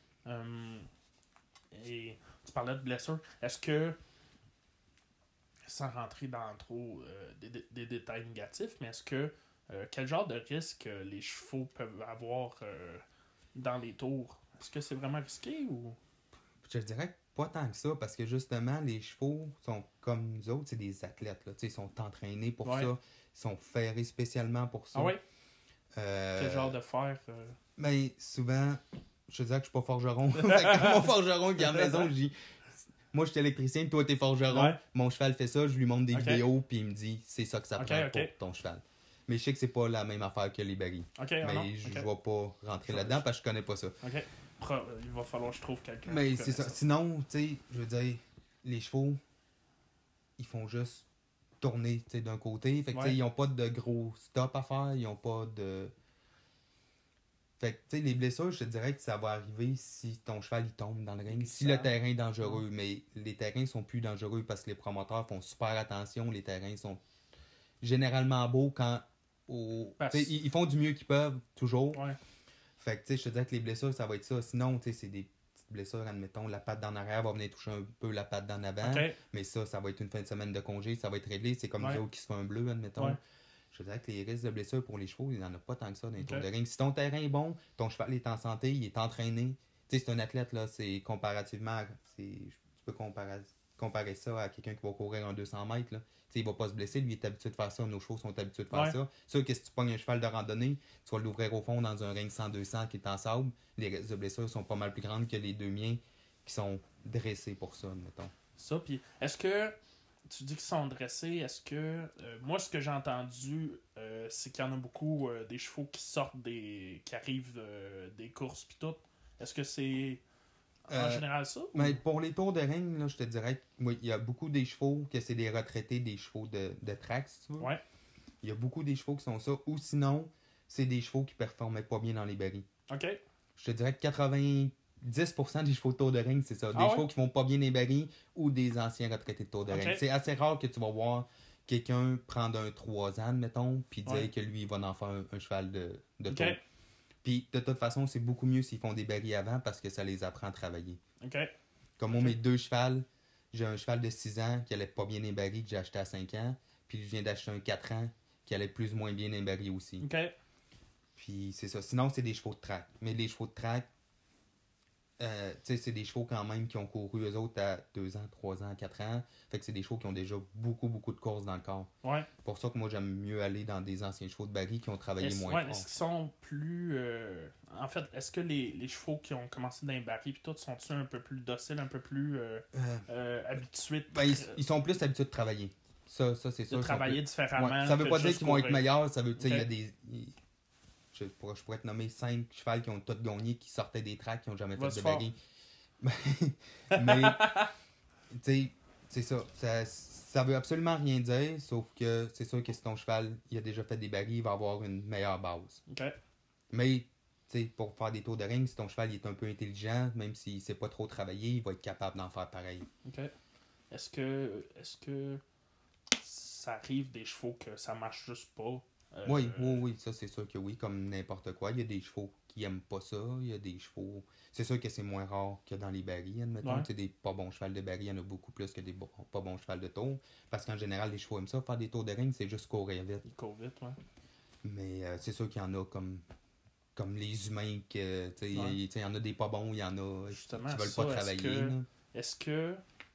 Et tu parlais de blessures. Est-ce que, sans rentrer dans trop des détails négatifs, mais est-ce que quel genre de risque les chevaux peuvent avoir dans les tours? Est-ce que c'est vraiment risqué ou? Je dirais pas tant que ça, parce que justement, les chevaux sont comme nous autres, c'est des athlètes. Là, ils sont entraînés pour ça. Ils sont ferrés spécialement pour ça. Ah oui? Quel genre de fer? Ben, souvent, je te dirais que je suis pas forgeron. Quand mon forgeron vient à la maison, je dis moi, je suis électricien, toi, t'es forgeron. Mon cheval fait ça, je lui montre des vidéos, puis il me dit c'est ça que ça prend pour ton cheval. Mais je sais que c'est pas la même affaire que les barils. Mais je vais pas rentrer là-dedans parce que je connais pas ça. Il va falloir que je trouve quelqu'un. Mais c'est ça. Sinon, tu sais, je veux dire, les chevaux, ils font juste tourner d'un côté. Fait que ils ont pas de gros stop à faire. Ils ont pas de. Fait que, tu sais, les blessures, je te dirais que ça va arriver si ton cheval il tombe dans le ring. Si le terrain est dangereux. Mais les terrains sont plus dangereux parce que les promoteurs font super attention. Les terrains sont généralement beaux quand. Ils font du mieux qu'ils peuvent, toujours. Fait que, tu sais, je te dirais que les blessures, ça va être ça. Sinon, tu sais, c'est des petites blessures, admettons, la patte d'en arrière va venir toucher un peu la patte d'en avant. Mais ça va être une fin de semaine de congé, ça va être réglé. C'est comme nous autres qui se font un bleu, admettons. je dirais que les risques de blessures pour les chevaux, il n'y en a pas tant que ça dans les Ok. tours de ring. Si ton terrain est bon, ton cheval est en santé, il est entraîné, tu sais, c'est un athlète, là, c'est comparativement, tu peux comparer ça à quelqu'un qui va courir un 200 mètres, là. Tu sais, il va pas se blesser, lui il est habitué de faire ça, nos chevaux sont habitués de faire Ouais. ça. Sûr que si tu pognes un cheval de randonnée, tu vas l'ouvrir au fond dans un ring 100-200 qui est en sable, les risques de blessures sont pas mal plus grandes que les deux miens qui sont dressés pour ça, mettons. Ça, puis est-ce que tu dis qu'ils sont dressés, est-ce que moi ce que j'ai entendu c'est qu'il y en a beaucoup des chevaux qui sortent qui arrivent des courses puis tout. Est-ce que c'est en général ça? Mais pour les tours de ring, là, je te dirais qu'il y a beaucoup des chevaux que c'est des retraités des chevaux de track, si tu veux. Ouais. Il y a beaucoup des chevaux qui sont ça. Ou sinon, c'est des chevaux qui performaient pas bien dans les barils. OK. Je te dirais que 90% des chevaux de tour de ring, c'est ça. Des Ah ouais? chevaux qui vont pas bien dans les barils ou des anciens retraités de tour de Ok. ring. C'est assez rare que tu vas voir quelqu'un prendre un 3 ans, mettons, puis dire Ouais. que lui, il va en faire un cheval de OK. tour. Puis de toute façon, c'est beaucoup mieux s'ils font des barils avant parce que ça les apprend à travailler. OK. Comme moi, mes deux chevals, j'ai un cheval de 6 ans qui allait pas bien dans les barils que j'ai acheté à 5 ans. Puis je viens d'acheter un 4 ans qui allait plus ou moins bien dans les barils aussi. OK. Puis c'est ça. Sinon, c'est des chevaux de track. Mais les chevaux de track, tu sais, c'est des chevaux quand même qui ont couru eux autres à 2 ans, 3 ans, 4 ans. Fait que c'est des chevaux qui ont déjà beaucoup, beaucoup de courses dans le corps. Ouais. C'est pour ça que moi, j'aime mieux aller dans des anciens chevaux de barils qui ont travaillé moins fort. Est-ce qu'ils sont plus en fait, est-ce que les chevaux qui ont commencé dans les barils puis tout sont-ils un peu plus dociles, un peu plus habitués Ben, ils sont plus habitués de travailler. Ça c'est sûr. de travailler différemment? Ouais. Ça veut que pas dire juste qu'ils vont être courir? meilleurs. Ça veut dire, Ok. il y a des. Je pourrais te nommer 5 chevals qui ont tous gagné, qui sortaient des tracks, qui n'ont jamais fait Va-tu de fort? barils. Mais, tu sais, c'est ça. Ça veut absolument rien dire, sauf que c'est sûr que si ton cheval il a déjà fait des barils, il va avoir une meilleure base. OK. Mais, tu sais, pour faire des tours de ring, si ton cheval il est un peu intelligent, même s'il ne sait pas trop travailler, il va être capable d'en faire pareil. OK. Est-ce que ça arrive des chevaux que ça marche juste pas? Oui, ça c'est sûr que oui, comme n'importe quoi. Il y a des chevaux qui aiment pas ça, il y a des chevaux... C'est sûr que c'est moins rare que dans les barils, admettons. Ouais. Tu sais, des pas bons chevals de barils, il y en a beaucoup plus que des pas bons chevals de tour. Parce qu'en général, les chevaux aiment ça. Faire des tours de ring, c'est juste courir vite. Il court vite, ouais. Mais c'est sûr qu'il y en a comme les humains, que tu sais, Ouais. il y en a des pas bons, il y en a Justement, qui veulent ça, pas travailler. là. Est-ce que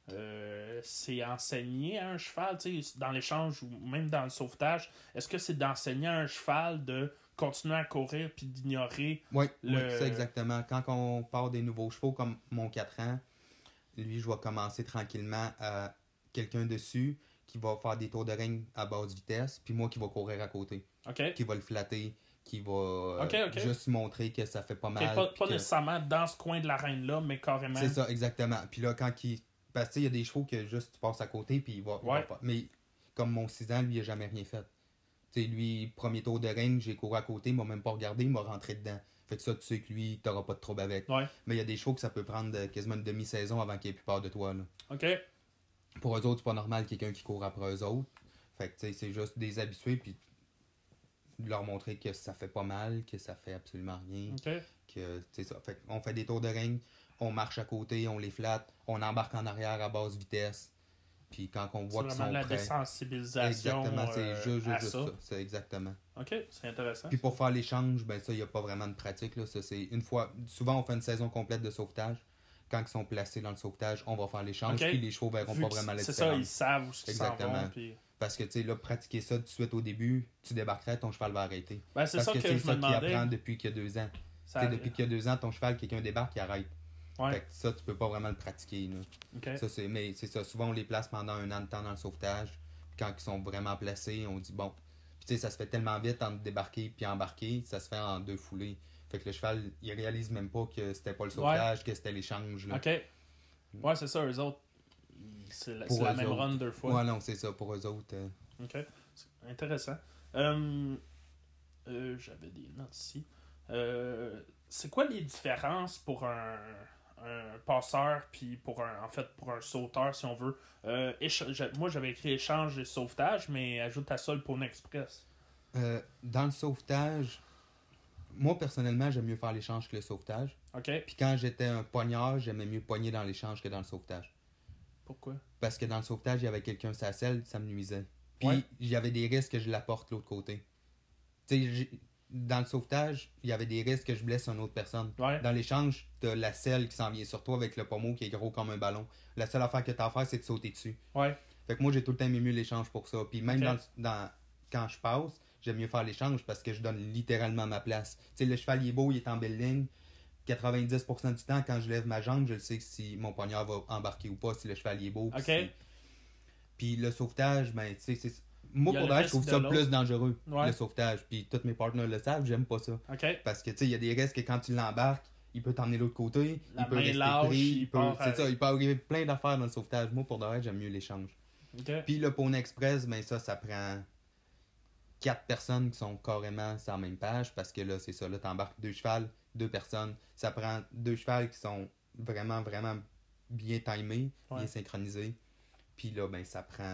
c'est enseigné à un cheval, tu sais, dans l'échange ou même dans le sauvetage, est-ce que c'est d'enseigner à un cheval de continuer à courir puis d'ignorer Oui, le- c'est exactement. Quand on part des nouveaux chevaux, comme mon 4 ans, lui, je vais commencer tranquillement à quelqu'un dessus qui va faire des tours de ring à basse vitesse, puis moi qui va courir à côté, OK? qui va le flatter, qui va Ok. juste montrer que ça fait pas mal. Ok, pas puis que- nécessairement dans ce coin de l'arène-là, mais carrément. C'est ça, exactement. Puis là, quand il... Parce que tu sais, il y a des chevaux que juste tu passes à côté, puis il va Ouais. pas. Mais comme mon 6 ans, lui, il a jamais rien fait. Tu sais, lui, premier tour de ring, j'ai couru à côté, il m'a même pas regardé, il m'a rentré dedans. Fait que ça, tu sais que lui, t'auras pas de trouble avec. Ouais. Mais il y a des chevaux que ça peut prendre quasiment une demi-saison avant qu'il ait plus peur de toi. Là. OK. Pour eux autres, c'est pas normal quelqu'un qui court après eux autres. Fait que tu sais, c'est juste des habitués, puis leur montrer que ça fait pas mal, que ça fait absolument rien. OK. Que, c'est ça. Fait on fait des tours de ring, on marche à côté, on les flatte, on embarque en arrière à basse vitesse. Puis quand on C'est voit qu'ils vraiment sont de la prêts. désensibilisation Exactement, c'est juste à ça. ça. C'est exactement. OK, c'est intéressant. Puis pour faire l'échange, ben ça, il n'y a pas vraiment de pratique. Là. Ça, c'est une fois. Souvent, on fait une saison complète de sauvetage. Quand ils sont placés dans le sauvetage, on va faire l'échange. Ok. Puis les chevaux verront Vu pas que vraiment la c'est ça, différence. ils savent où ils s'en Exactement. vont. Puis... Parce que, tu sais, là, pratiquer ça tout de suite au début, tu débarquerais, ton cheval va arrêter. Ben, c'est Parce ça que c'est je me ça qu'il demandais. apprend depuis qu'il y a 2 ans. Ça... Tu sais, depuis qu'il y a 2 ans, ton cheval, quelqu'un débarque, il arrête. Ouais. Fait que ça, tu peux pas vraiment le pratiquer. Là. OK. Ça, mais c'est ça. Souvent, on les place pendant 1 an de temps dans le sauvetage. Puis quand ils sont vraiment placés, on dit bon. Puis tu sais, ça se fait tellement vite entre débarquer puis embarquer, ça se fait en 2 foulées. Fait que le cheval, il réalise même pas que c'était pas le sauvetage, que c'était l'échange. Là. OK. Ouais, c'est ça, eux autres. C'est Pour la eux même autres. run 2 fois. Ouais, non, c'est ça. Pour eux autres. OK. C'est intéressant. J'avais des notes ici. C'est quoi les différences pour un passeur puis pour un sauteur, si on veut? Moi, j'avais écrit échange et sauvetage, mais ajoute à ça le Pony Express. Dans le sauvetage, moi, personnellement, j'aime mieux faire l'échange que le sauvetage. OK. Puis quand j'étais un pognard, j'aimais mieux pogner dans l'échange que dans le sauvetage. Pourquoi? Parce que dans le sauvetage, il y avait quelqu'un sur la selle, ça me nuisait. Puis il y avait des risques que je la porte de l'autre côté. Tu sais, dans le sauvetage, il y avait des risques que je blesse une autre personne. Ouais. Dans l'échange, t'as la selle qui s'en vient sur toi avec le pommeau qui est gros comme un ballon. La seule affaire que t'as à faire, c'est de sauter dessus. Ouais. Fait que moi, j'ai tout le temps aimé mieux l'échange pour ça. Puis même quand je passe, j'aime mieux faire l'échange parce que je donne littéralement ma place. Tu sais, le cheval, il est beau, il est en belle ligne. 90% du temps, quand je lève ma jambe, je le sais si mon poignard va embarquer ou pas, si le cheval il est beau. Puis le sauvetage, ben, tu sais, c'est... Moi, pour vrai, je trouve ça plus dangereux, le sauvetage. Puis tous mes partenaires le savent, j'aime pas ça. Parce que, tu sais, il y a des risques que quand tu l'embarques, il peut t'emmener de l'autre côté, il peut rester pris, il peut arriver plein d'affaires dans le sauvetage. Moi, pour de vrai, j'aime mieux l'échange. Puis le Poney Express, ben ça prend 4 personnes qui sont carrément sur la même page, parce que là, c'est ça, là, t'embarques 2 chevals, 2 personnes. Ça prend 2 chevals qui sont vraiment, vraiment bien timés, bien synchronisés. Puis là, ben, ça prend...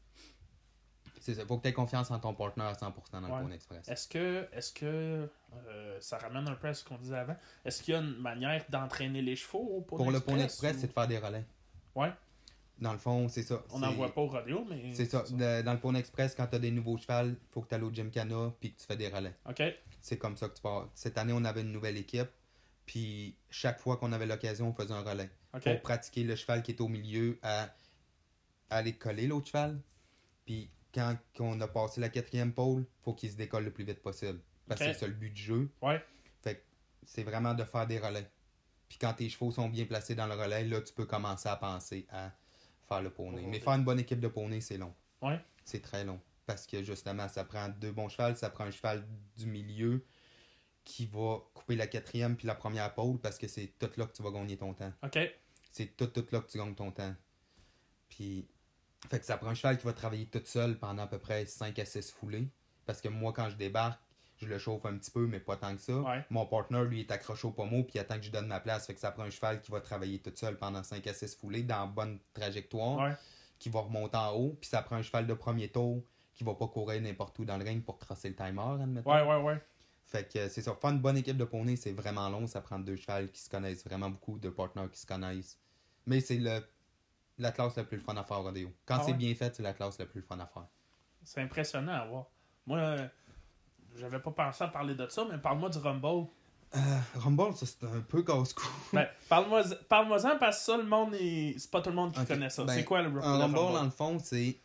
C'est ça, faut que tu aies confiance en ton partenaire à 100% dans le Poney Express. Est-ce que ça ramène un peu à ce qu'on disait avant, est-ce qu'il y a une manière d'entraîner les chevaux au Poney Express? Pour le Poney Express, c'est de faire des relais. Ouais. Dans le fond, c'est ça. On n'en voit pas au rodéo, mais... C'est ça. Dans le Poney Express, quand tu as des nouveaux chevals, il faut que tu ailles au Gymkhana puis que tu fais des relais. OK. C'est comme ça que tu pars. Cette année, on avait une nouvelle équipe. Puis chaque fois qu'on avait l'occasion, on faisait un relais. Pour pratiquer le cheval qui est au milieu à aller coller l'autre cheval. Puis quand on a passé la 4e pôle, il faut qu'il se décolle le plus vite possible. Parce que c'est ça le but du jeu. Fait que c'est vraiment de faire des relais. Puis quand tes chevaux sont bien placés dans le relais, là, tu peux commencer à penser à faire le poney. Mais faire une bonne équipe de poney, c'est long. C'est très long. Parce que justement, ça prend 2 bons chevals. Ça prend un cheval du milieu qui va couper la 4e puis la première pôle, parce que c'est tout là que tu vas gagner ton temps. C'est tout là que tu gagnes ton temps. Puis, fait que ça prend un cheval qui va travailler tout seul pendant à peu près 5 à 6 foulées. Parce que moi, quand je débarque, je le chauffe un petit peu, mais pas tant que ça. Mon partner, lui, est accroché au pommeau, puis il attend que je donne ma place. Fait que ça prend un cheval qui va travailler tout seul pendant 5 à 6 foulées dans la bonne trajectoire, qui va remonter en haut. Puis ça prend un cheval de premier tour qui va pas courir n'importe où dans le ring pour tracer le timer, admettons. Fait que c'est ça. Faire une bonne équipe de poney, c'est vraiment long. Ça prend 2 chevals qui se connaissent vraiment beaucoup, 2 partenaires qui se connaissent. Mais c'est la classe la plus fun à faire au rodéo. Quand c'est bien fait, c'est la classe la plus fun à faire. C'est impressionnant à voir. Moi, j'avais pas pensé à parler de ça, mais parle-moi du Rumble. Rumble, ça, c'est un peu casse-cou. Ben, parle-moi-en, parce que ça, le monde c'est pas tout le monde qui connaît ça. C'est quoi le Rumble? Un Rumble, dans le fond, c'est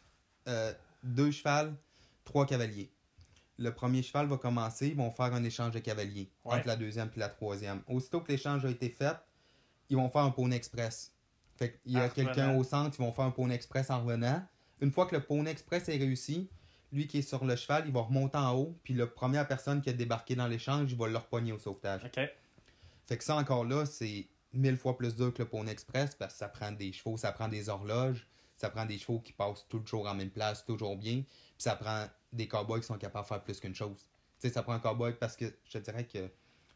2 chevals, 3 cavaliers. Le premier cheval va commencer, ils vont faire un échange de cavaliers entre la 2e et la 3e. Aussitôt que l'échange a été fait, ils vont faire un Poney Express. Fait qu'il y a quelqu'un au centre, ils vont faire un Poney Express en revenant. Une fois que le Poney Express est réussi, lui qui est sur le cheval, il va remonter en haut, puis la première personne qui a débarqué dans l'échange, il va le repogner au sauvetage. Fait que ça, encore là, c'est 1000 fois plus dur que le Poney Express, parce que ça prend des chevaux, ça prend des horloges, ça prend des chevaux qui passent toujours en même place, toujours bien, puis ça prend des cowboys qui sont capables de faire plus qu'une chose. Tu sais, ça prend un cowboy parce que je te dirais que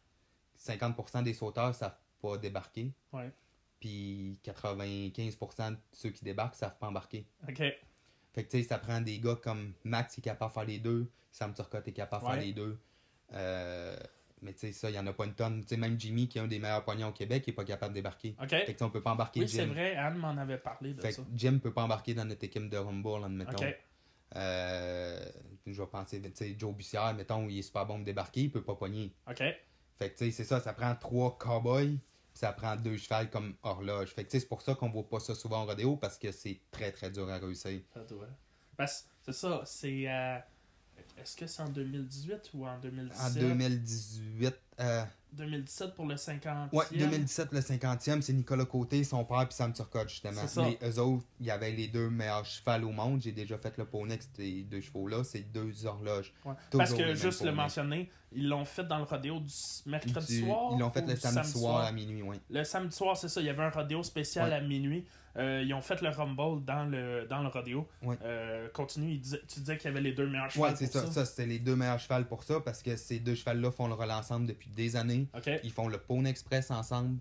50% des sauteurs ne savent pas débarquer. Puis 95% de ceux qui débarquent ne savent pas embarquer. Fait que tu sais, ça prend des gars comme Max qui est capable de faire les deux, Sam Turcotte est capable de faire les deux. Mais tu sais, ça, il n'y en a pas une tonne. Tu sais, même Jimmy, qui est un des meilleurs poignants au Québec, il n'est pas capable de débarquer. Fait que on peut pas embarquer Jim. Oui, c'est vrai, Anne m'en avait parlé de ça. Jim ne peut pas embarquer dans notre équipe de Rumble, admettons. Je vais penser, tu sais, Joe Bussière, mettons, il est super bon de débarquer, il peut pas pogner. Fait que tu sais, c'est ça prend 3 cowboys, puis ça prend 2 chevals comme horloge. Fait que tu sais, c'est pour ça qu'on voit pas ça souvent au rodéo, parce que c'est très très dur à réussir. Parce que c'est ça, c'est... Est-ce que c'est en 2018 ou en 2017? En 2018. 2017 pour le 50e. Ouais, 2017, le 50e, c'est Nicolas Côté, son père, puis Sam Turcotte, justement. Mais eux autres, il y avait les 2 meilleurs chevals au monde. J'ai déjà fait le poney avec ces 2 chevaux-là. C'est 2 horloges. Parce que, juste le mentionner, ils l'ont fait dans le rodéo du mercredi soir. Ils l'ont fait le samedi soir à minuit, oui. Le samedi soir, c'est ça. Il y avait un rodéo spécial à minuit. Ils ont fait le Rumble dans le rodéo. Continue, tu disais qu'il y avait les 2 meilleurs chevaux. Oui, c'est ça. Ça, c'était les 2 meilleurs chevals pour ça, parce que ces 2 chevals-là font le relais ensemble depuis des années. Ils font le Poney Express ensemble.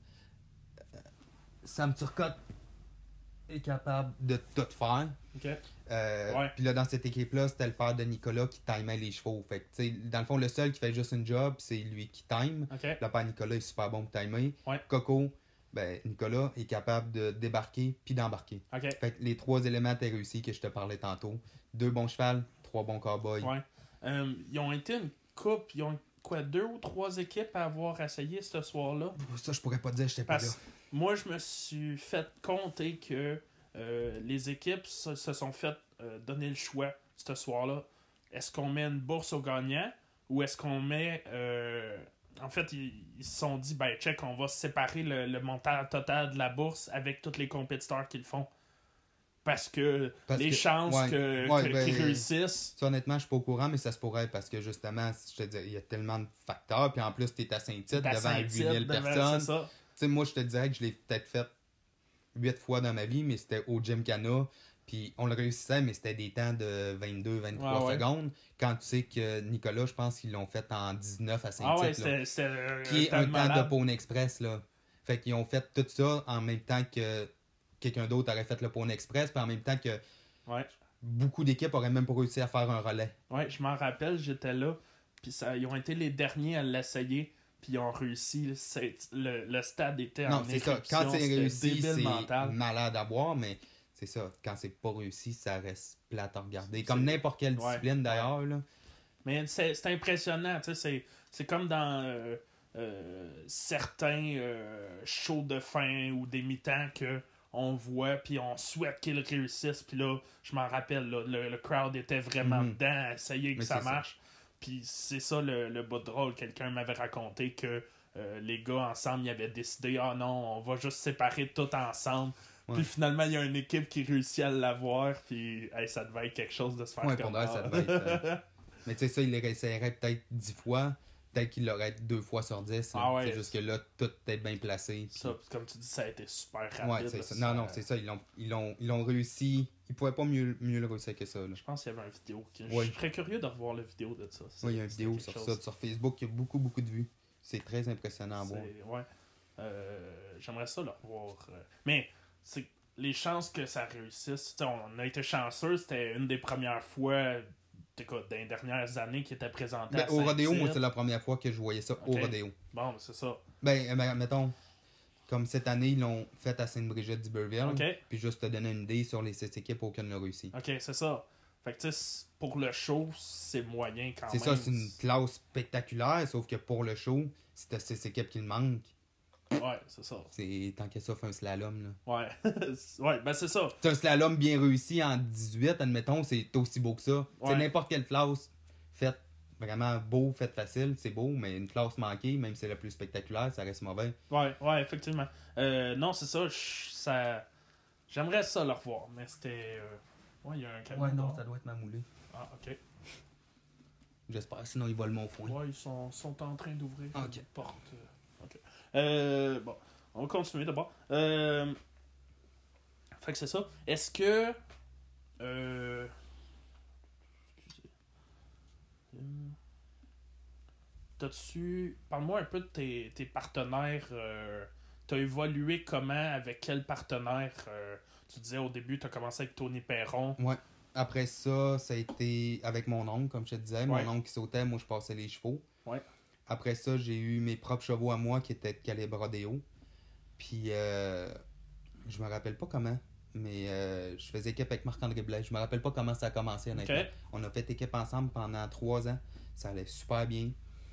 Sam Turcotte est capable de tout faire. Puis là, dans cette équipe-là, c'était le père de Nicolas qui timait les chevaux. Fait que, dans le fond, le seul qui fait juste une job, c'est lui qui time. Le père Nicolas est super bon pour timer. Coco, ben, Nicolas est capable de débarquer puis d'embarquer. OK. Fait que les 3 éléments étaient réussis que je te parlais tantôt. 2 bons chevals, 3 bons cowboys. Ouais. Ils ont été une coupe, ils ont quoi, 2 ou 3 équipes à avoir essayé ce soir-là? Ça, je pourrais pas te dire, j'étais pas là. Parce que moi, je me suis fait compter que les équipes se sont fait donner le choix ce soir-là. Est-ce qu'on met une bourse au gagnant ou est-ce qu'on met... En fait, ils se sont dit, ben, check, on va séparer le montant total de la bourse avec tous les compétiteurs qui le font. Parce que chances qu'ils réussissent... Ça, honnêtement, je suis pas au courant, mais ça se pourrait parce que justement, je te dis, il y a tellement de facteurs. Puis en plus, tu es à Saint-Tite devant 8000 personnes. Tu sais, moi, je te dirais que je l'ai peut-être fait 8 fois dans ma vie, mais c'était au Gymkhana. Puis on le réussissait, mais c'était des temps de 22-23 secondes. Quand tu sais que Nicolas, je pense qu'ils l'ont fait en 19 à Saint-Tite. Qui est un temps de Pône Express, là. Fait qu'ils ont fait tout ça en même temps que quelqu'un d'autre aurait fait le Pône Express, puis en même temps que beaucoup d'équipes auraient même pas réussi à faire un relais. Ouais, je m'en rappelle, j'étais là, puis ils ont été les derniers à l'essayer, puis ils ont réussi. Le stade était en éruption. C'est ça. Quand c'est réussi, c'est malade à voir, mais c'est ça. Quand c'est pas réussi, ça reste plate à regarder. Comme n'importe quelle discipline, d'ailleurs. Là. Mais c'est impressionnant, tu sais, c'est comme dans certains shows de fin ou des mi-temps que on voit, puis on souhaite qu'ils réussissent, puis là, je m'en rappelle, là, le crowd était vraiment dedans, à essayer que ça marche. Puis c'est ça le bout de drôle. Quelqu'un m'avait raconté que les gars ensemble, ils avaient décidé, ah non, on va juste séparer tout ensemble. Ouais. Puis finalement, il y a une équipe qui réussit à l'avoir, puis ça devait être quelque chose de se faire comme ça. Ça devait être... Mais tu sais, ça, il les réessayerait peut-être 10 fois. Peut-être qu'il l'aurait 2 fois sur 10. C'est juste que là, tout est bien placé. Puis... Ça, comme tu dis, ça a été super rapide. Ouais, c'est ça. Non, c'est ça. Ils l'ont réussi. Ils pouvaient pas mieux le réussir que ça. Là. Je pense qu'il y avait une vidéo. Je suis très curieux de revoir la vidéo de ça. Oui, il y a une vidéo sur ça, sur Facebook qui a beaucoup de vues. C'est très impressionnant à voir. Ouais. J'aimerais ça le revoir. Mais c'est les chances que ça réussisse. On a été chanceux. C'était une des premières fois... dans les dernières années qui était présenté à au rodéo, moi, c'est la première fois que je voyais ça au rodéo. Bon, c'est ça. Mettons, comme cette année, ils l'ont fait à Sainte-Brigitte d'Iberville. Puis juste te donner une idée sur les 6 équipes auxquelles on a réussi. OK, c'est ça. Fait que, tu sais, pour le show, c'est moyen quand même. C'est ça, c'est une classe spectaculaire, sauf que pour le show, si t'as 6 équipes qui le manquent, ouais, c'est ça. Tant que ça, fait un slalom. Là. Ouais, ben c'est ça. C'est un slalom bien réussi en 18, admettons, c'est aussi beau que ça. C'est n'importe quelle classe faite vraiment beau, faite facile, c'est beau, mais une classe manquée, même si c'est la plus spectaculaire, ça reste mauvais. Ouais, effectivement. Non, c'est ça, j'aimerais ça le revoir, mais c'était... Ouais, il y a un camion. Ouais, non, ça doit être mamoulé. Ah, OK. J'espère, sinon ils volent mon foin. Ouais, ils sont en train d'ouvrir une porte. OK. Bon, on va continuer d'abord. Fait que c'est ça. Est-ce que... T'as-tu... Parle-moi un peu de tes partenaires. T'as évolué comment, avec quel partenaire? Tu disais au début, t'as commencé avec Tony Perron. Ouais. Après ça, ça a été avec mon oncle, comme je te disais. Mon oncle qui sautait, moi je passais les chevaux. Ouais. Après ça, j'ai eu mes propres chevaux à moi qui étaient de calibre rodéo. Puis, je me rappelle pas comment, mais je faisais équipe avec Marc-André Blais. Je me rappelle pas comment ça a commencé, honnêtement. Okay. On a fait équipe ensemble pendant 3 ans. Ça allait super bien.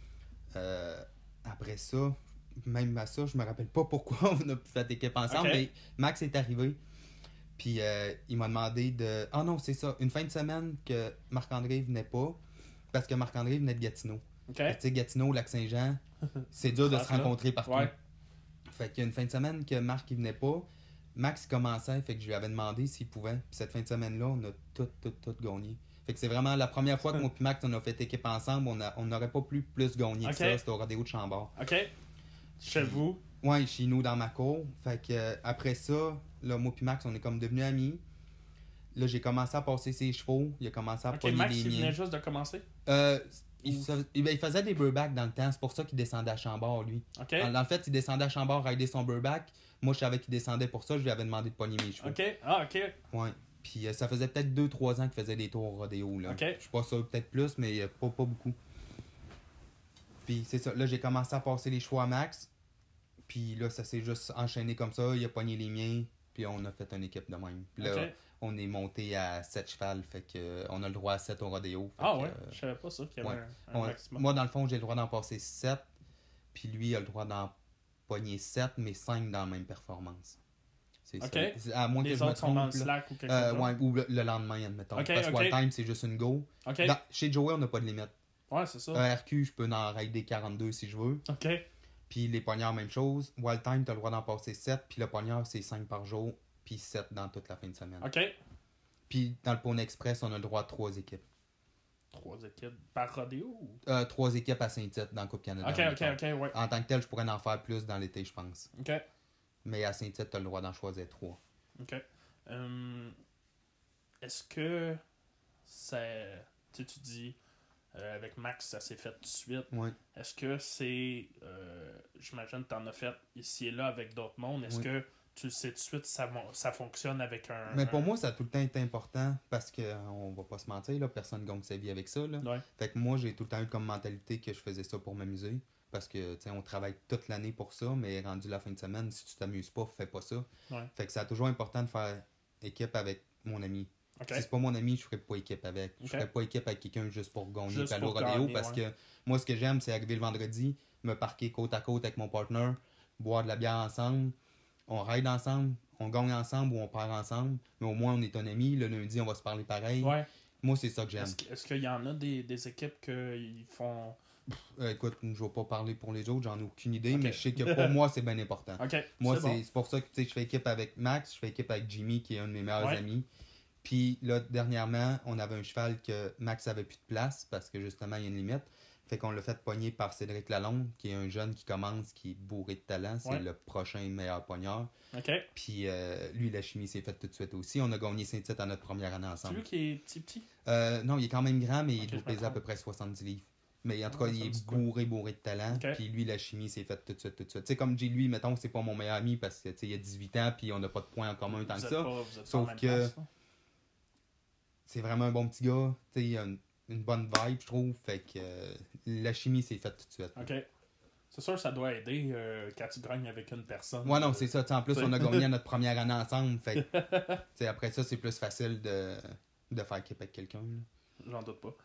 Après ça, même à ça, je me rappelle pas pourquoi on a fait équipe ensemble, mais Max est arrivé. Puis, il m'a demandé de... Ah non, c'est ça. Une fin de semaine que Marc-André venait pas, parce que Marc-André venait de Gatineau. Tu sais, Gatineau, Lac-Saint-Jean, c'est dur de se rencontrer partout. Ouais. Fait qu'il y a une fin de semaine que Marc il venait pas, Max commençait, fait que je lui avais demandé s'il pouvait. Puis cette fin de semaine-là, on a tout gagné. Fait que c'est vraiment la première fois que moi et Max, on a fait équipe ensemble, on n'aurait pas plus gagné que ça. C'était au rodéo de Chambord. OK. Chez vous? Ouais, chez nous, dans ma cour. Fait que après ça, là, moi et Max, on est comme devenus amis. Là, j'ai commencé à passer ses chevaux. Il a commencé à pogner Max, les il miens. venait juste de commencer? Il faisait des burbacks dans le temps, c'est pour ça qu'il descendait à Chambord, lui. Okay. Dans le fait, il descendait à Chambord rider son burback. Moi, je savais qu'il descendait pour ça, je lui avais demandé de pogner mes chevaux. OK. Ah, OK. Ouais. Puis ça faisait peut-être 2-3 ans qu'il faisait des tours au rodéo. Là. Okay. Je suis pas sûr, peut-être plus, mais pas beaucoup. Puis c'est ça. Là, j'ai commencé à passer les chevaux à Max. Puis là, ça s'est juste enchaîné comme ça. Il a pogné les miens. Puis on a fait une équipe de même. Puis là, on est monté à 7 chevals. Fait que on a le droit à 7 au rodéo. Ouais, je savais pas ça qu'il y avait un maximum. Moi, dans le fond, j'ai le droit d'en passer 7. Puis lui, il a le droit d'en pogner 7, mais 5 dans la même performance. C'est ça. À moins les que je autres me sont trompe. dans le slack ou quelque chose. Ouais, ou le lendemain, admettons. Parce que Wild Time, c'est juste une go. Chez Joey, on n'a pas de limite. Ouais, c'est ça. RQ, je peux en raider 42 si je veux. Puis les poignards, même chose. Wild Time, tu as le droit d'en passer 7. Puis le poignard, c'est 5 par jour. Puis 7 dans toute la fin de semaine. Puis dans le Pony Express, on a le droit à 3 équipes. 3 équipes par rodéo? 3 équipes à Saint-Tite dans Coupe Canada. Ouais. En tant que tel, je pourrais en faire plus dans l'été, je pense. Mais à Saint-Tite, tu as le droit d'en choisir 3. Est-ce que ça... Tu dis... avec Max, ça s'est fait tout de suite. Ouais. Est-ce que c'est... j'imagine que tu en as fait ici et là avec d'autres mondes. Est-ce que tu le sais tout de suite ça fonctionne avec un... Mais pour moi, ça a tout le temps été important parce qu'on va pas se mentir, là, personne gagne sa vie avec ça. Là. Fait que moi, j'ai tout le temps eu comme mentalité que je faisais ça pour m'amuser. Parce que, tu sais, on travaille toute l'année pour ça, mais rendu la fin de semaine, si tu t'amuses pas, fais pas ça. Fait que c'est toujours important de faire équipe avec mon ami. Si c'est pas mon ami, je ferais pas équipe avec. Je ferais pas équipe avec quelqu'un juste pour gagner et aller au rodéo parce que moi, ce que j'aime, c'est arriver le vendredi, me parquer côte à côte avec mon partner, boire de la bière ensemble, on ride ensemble, on gagne ensemble ou on perd ensemble, mais au moins on est un ami. Le lundi, on va se parler pareil. Moi, c'est ça que j'aime. Est-ce qu'il y en a des équipes qui font... écoute, je vais pas parler pour les autres, j'en ai aucune idée, mais je sais que pour moi, c'est bien important. Moi, c'est pour ça que je fais équipe avec Max, je fais équipe avec Jimmy, qui est un de mes meilleurs amis. Puis là, dernièrement, on avait un cheval que Max avait plus de place parce que justement, il y a une limite. Fait qu'on l'a fait pogner par Cédric Lalonde, qui est un jeune qui commence, qui est bourré de talent. C'est le prochain meilleur poignard. Puis lui, la chimie s'est faite tout de suite aussi. On a gagné Saint-Tite à notre première année ensemble. C'est lui qui est petit? Non, il est quand même grand, mais il doit peser à peu près 70 livres. Mais en tout cas, il est bourré de talent. Puis lui, la chimie s'est faite tout de suite. Tu sais, comme Jay, lui, mettons, c'est pas mon meilleur ami parce que il a 18 ans puis on n'a pas de points en commun tant que ça. Sauf que c'est vraiment un bon petit gars. Tu sais, il a une bonne vibe, je trouve. Fait que la chimie s'est faite tout de suite. C'est sûr que ça doit aider quand tu gagnes avec une personne. Ouais, non, c'est ça. En plus, on a gagné à notre première année ensemble. Fait que, après ça, c'est plus facile de faire équipe avec quelqu'un. J'en doute pas.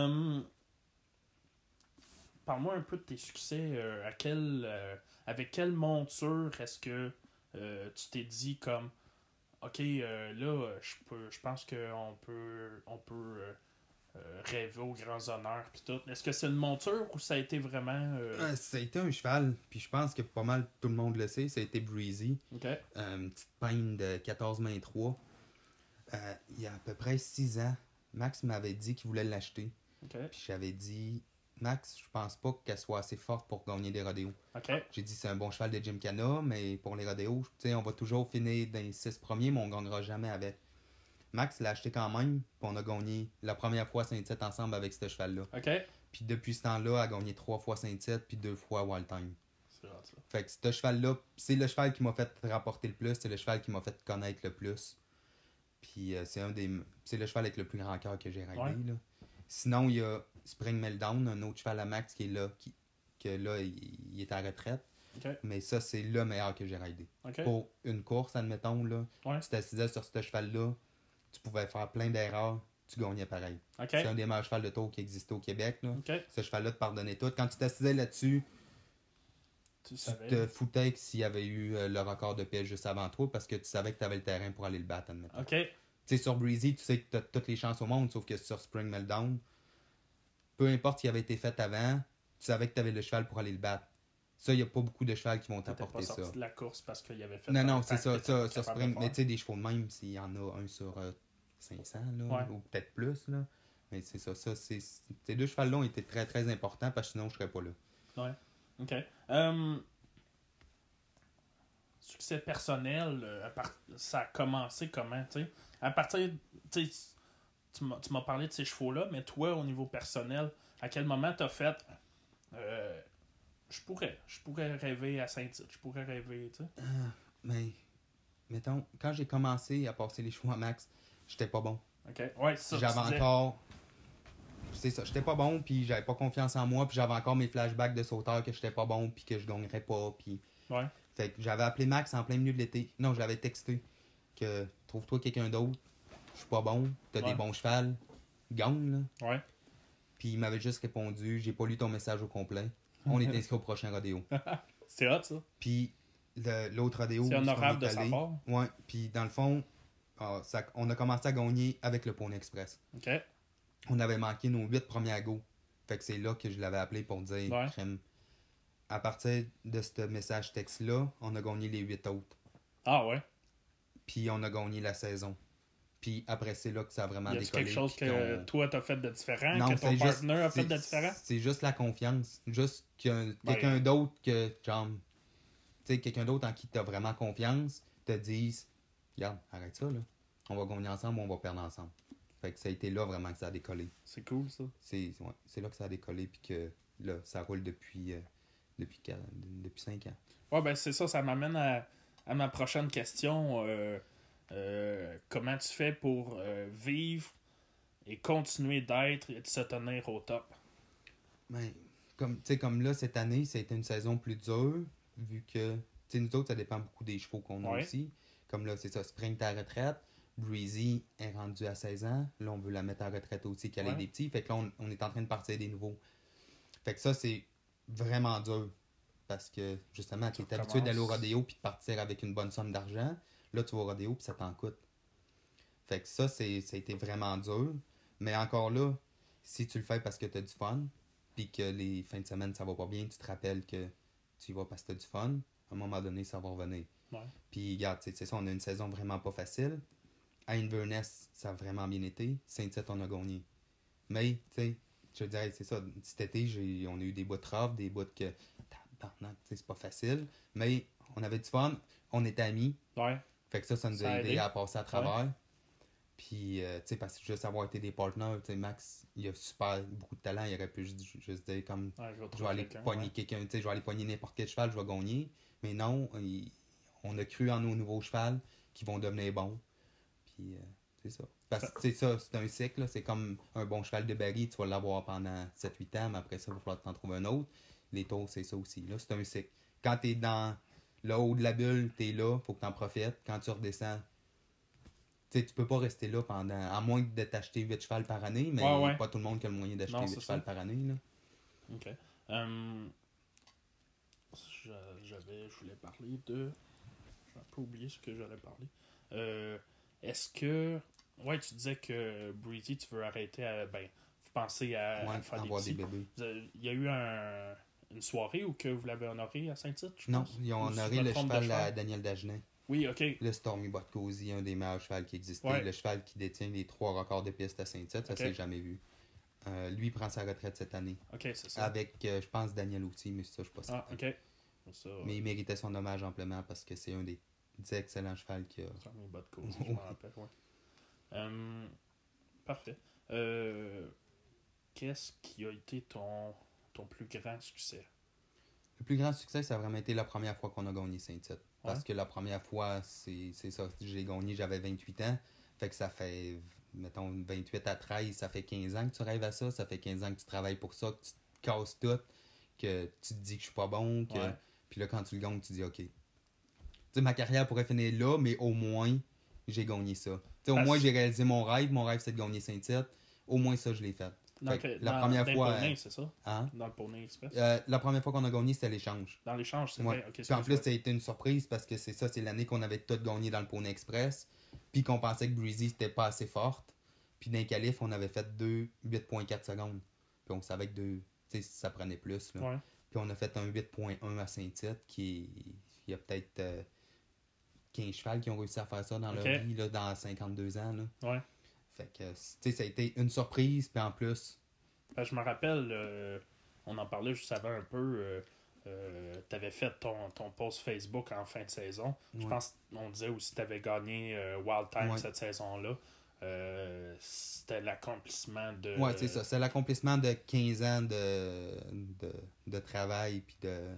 Parle-moi un peu de tes succès. Avec quelle monture est-ce que tu t'es dit comme OK, là, je pense qu'on peut rêver aux grands honneurs pis tout. Est-ce que c'est une monture ou ça a été vraiment... Ça a été un cheval, puis je pense que pas mal tout le monde le sait, ça a été Breezy. Une petite peine de 14 mains 3. Il y a à peu près 6 ans, Max m'avait dit qu'il voulait l'acheter. Puis j'avais dit, Max, je pense pas qu'elle soit assez forte pour gagner des rodéos. J'ai dit, c'est un bon cheval de Gymkhana, mais pour les rodéos, on va toujours finir dans les 6 premiers, mais on gagnera jamais avec. Max l'a acheté quand même, puis on a gagné la première fois Saint-Tite ensemble avec ce cheval-là. Puis depuis ce temps-là, elle a gagné 3 fois Saint-Tite, puis 2 fois Wild Time. C'est rare, ça. Fait que ce cheval-là, c'est le cheval qui m'a fait rapporter le plus, c'est le cheval qui m'a fait connaître le plus. Puis c'est le cheval avec le plus grand cœur que j'ai raidé. Là. Sinon, il y a Spring Meltdown, un autre cheval à Max qui est là, que là, il est à retraite. Mais ça, c'est le meilleur que j'ai raidé. Pour une course, admettons, là, tu t'assisais sur ce cheval-là, tu pouvais faire plein d'erreurs, tu gagnais pareil. C'est un des meilleurs chevals de tour qui existait au Québec. Là. Ce cheval-là te pardonnait tout. Quand tu t'assisais là-dessus, tu te foutais que s'il y avait eu le record de paix juste avant toi parce que tu savais que tu avais le terrain pour aller le battre, admettons. Tu sais, sur Breezy, tu sais que tu as toutes les chances au monde, sauf que sur Spring Meltdown, peu importe ce qui avait été fait avant, tu savais que tu avais le cheval pour aller le battre. Ça, il n'y a pas beaucoup de chevals qui vont t'apporter ça. Tu n'étais pas sorti de la course parce qu'il y avait fait... Non, c'est ça. Sur Spring, mais tu sais, des chevaux de même, s'il y en a un sur 500, là, ou peut-être plus, là. Mais c'est ça. Ces deux chevals-là ont été très, très importants parce que sinon, je ne serais pas là. Ouais. OK. Succès personnel, ça a commencé comment, tu sais? À partir... Tu m'as parlé de ces chevaux-là, mais toi, au niveau personnel, à quel moment tu as fait... je pourrais rêver à Saint-Tite, je pourrais rêver, tu sais? Mais, mettons, quand j'ai commencé à passer les chevaux à Max, j'étais pas bon. Ouais, ça, j'avais encore... C'est ça, j'étais pas bon, puis j'avais pas confiance en moi, puis j'avais encore mes flashbacks de sauteur que j'étais pas bon, puis que je gagnerais pas, puis Ouais. Fait que j'avais appelé Max en plein milieu de l'été. Non, je l'avais texté que trouve-toi quelqu'un d'autre. Je suis pas bon. T'as des bons chevals. Gagne, là. Ouais. Puis il m'avait juste répondu, j'ai pas lu ton message au complet. On est inscrit au prochain rodéo. C'est hot, ça. Puis l'autre rodéo. C'est honorable de sa allé, part. Ouais. Puis dans le fond, on a commencé à gagner avec le Pony Express. OK. On avait manqué nos 8 premiers go. Fait que c'est là que je l'avais appelé pour dire, Ouais. crème. À partir de ce message texte-là, on a gagné les 8 autres. Ah ouais. Puis on a gagné la saison. Puis après, c'est là que ça a vraiment Y a décollé. quelque chose que toi t'as fait de différent, non, que ton partner a fait de différent? C'est juste la confiance. Juste que quelqu'un d'autre que, genre, tu sais, quelqu'un d'autre en qui tu as vraiment confiance, te dise, regarde, arrête ça, là. On va gagner ensemble ou on va perdre ensemble. Fait que ça a été là vraiment que ça a décollé. C'est cool, ça. C'est là que ça a décollé, puis que là, ça roule depuis 5 ans. Ouais, ben c'est ça, ça m'amène à ma prochaine question. Comment tu fais pour vivre et continuer d'être et de se tenir au top? Ben, comme là, cette année, ça a été une saison plus dure, vu que, nous autres, ça dépend beaucoup des chevaux qu'on a aussi. Comme là, c'est ça, Spring à retraite. Breezy est rendue à 16 ans. Là, on veut la mettre à retraite aussi, qu'elle ait des petits. Fait que là, on est en train de partir des nouveaux. Fait que ça, c'est vraiment dur. Parce que, justement, tu es habitué d'aller au rodéo puis de partir avec une bonne somme d'argent. Là, tu vas au rodéo puis ça t'en coûte. Fait que ça a été vraiment dur. Mais encore là, si tu le fais parce que tu as du fun, puis que les fins de semaine, ça va pas bien, tu te rappelles que tu y vas parce que tu as du fun, à un moment donné, ça va revenir. Ouais. Puis, regarde, c'est ça, on a une saison vraiment pas facile. À Inverness, ça a vraiment bien été. Saint-Tite, on a gagné. Mais, tu sais, je dirais, c'est ça, cet été, on a eu des bouts de rough, des bouts que, c'est pas facile. Mais on avait du fun, on était amis. Ouais. Fait que ça nous a aidé à passer à travers. Puis, tu sais, parce que juste avoir été des partenaires, tu sais, Max, il a super beaucoup de talent. Il aurait pu juste dire comme, je vais aller pogner quelqu'un, tu sais, je vais aller pogner n'importe quel cheval, je vais gagner. Mais non, on a cru en nos nouveaux chevals qui vont devenir bons. Puis, c'est ça. Parce que, c'est ça, c'est un cycle, là. C'est comme un bon cheval de Barry, tu vas l'avoir pendant 7-8 ans, mais après ça, il va falloir t'en trouver un autre. Les tours, c'est ça aussi. Là, c'est un cycle. Quand t'es dans le haut de la bulle, t'es là, faut que t'en profites. Quand tu redescends, tu sais, tu peux pas rester là pendant. À moins de t'acheter 8 chevals par année, mais pas tout le monde qui a le moyen d'acheter 8 chevals par année. Là. Ok. Je voulais parler de. J'ai un peu oublié ce que j'allais parler. Est-ce que. Ouais, tu disais que Breezy, tu veux arrêter à. Ben, vous pensez à faire avoir des bébés. Il y a eu une soirée où que vous l'avez honoré à Saint-Tite, je non, pense? Ils ont honoré le cheval à Daniel Dagenet. Oui, ok. Le Stormy Botcozy, un des meilleurs chevals qui existait. Ouais. Le cheval qui détient les 3 records de piste à Saint-Tite, ça s'est jamais vu. Lui, il prend sa retraite cette année. Ok, c'est ça. Avec, je pense, Daniel aussi, mais ça, je suis pas certain. Ah, ok. Ça, mais il méritait son hommage amplement parce que c'est un des excellents chevals qu'il y a. Stormy Botcozy, je m'en rappelle, ouais. Parfait. Qu'est-ce qui a été ton plus grand succès? Le plus grand succès, ça a vraiment été la première fois qu'on a gagné Saint-Tite. Parce que la première fois, c'est ça, j'ai gagné, j'avais 28 ans. Fait que ça fait, mettons, 28 à 13, ça fait 15 ans que tu rêves à ça. Ça fait 15 ans que tu travailles pour ça, que tu te casses tout, que tu te dis que je suis pas bon. Puis là, quand tu le gagnes, tu dis OK. Tu sais, ma carrière pourrait finir là, mais au moins, j'ai gagné ça. Tu sais, au moins, j'ai réalisé mon rêve. Mon rêve, c'est de gagner Saint-Tite. Au moins, ça, je l'ai fait. La première fois. Poney, c'est ça? Hein? Dans le Pony Express? La première fois qu'on a gagné, c'était l'échange. Dans l'échange, c'est vrai. Okay, puis en plus, ça a été une surprise parce que c'est l'année qu'on avait tout gagné dans le Pony Express. Puis qu'on pensait que Breezy n'était pas assez forte. Puis dans les qualifs, on avait fait 8.4 secondes. Puis on savait que ça prenait plus. Là. Puis on a fait un 8.1 à Saint-Tite qui il y a peut-être 15 chevals qui ont réussi à faire ça dans leur vie là, dans 52 ans. Là. Fait que, ça a été une surprise, puis en plus... je me rappelle, on en parlait juste avant un peu, tu avais fait ton post Facebook en fin de saison. Je pense qu'on disait aussi que tu avais gagné Wild Time cette saison-là. C'était l'accomplissement de... Ouais, c'est ça. C'est l'accomplissement de 15 ans de travail, puis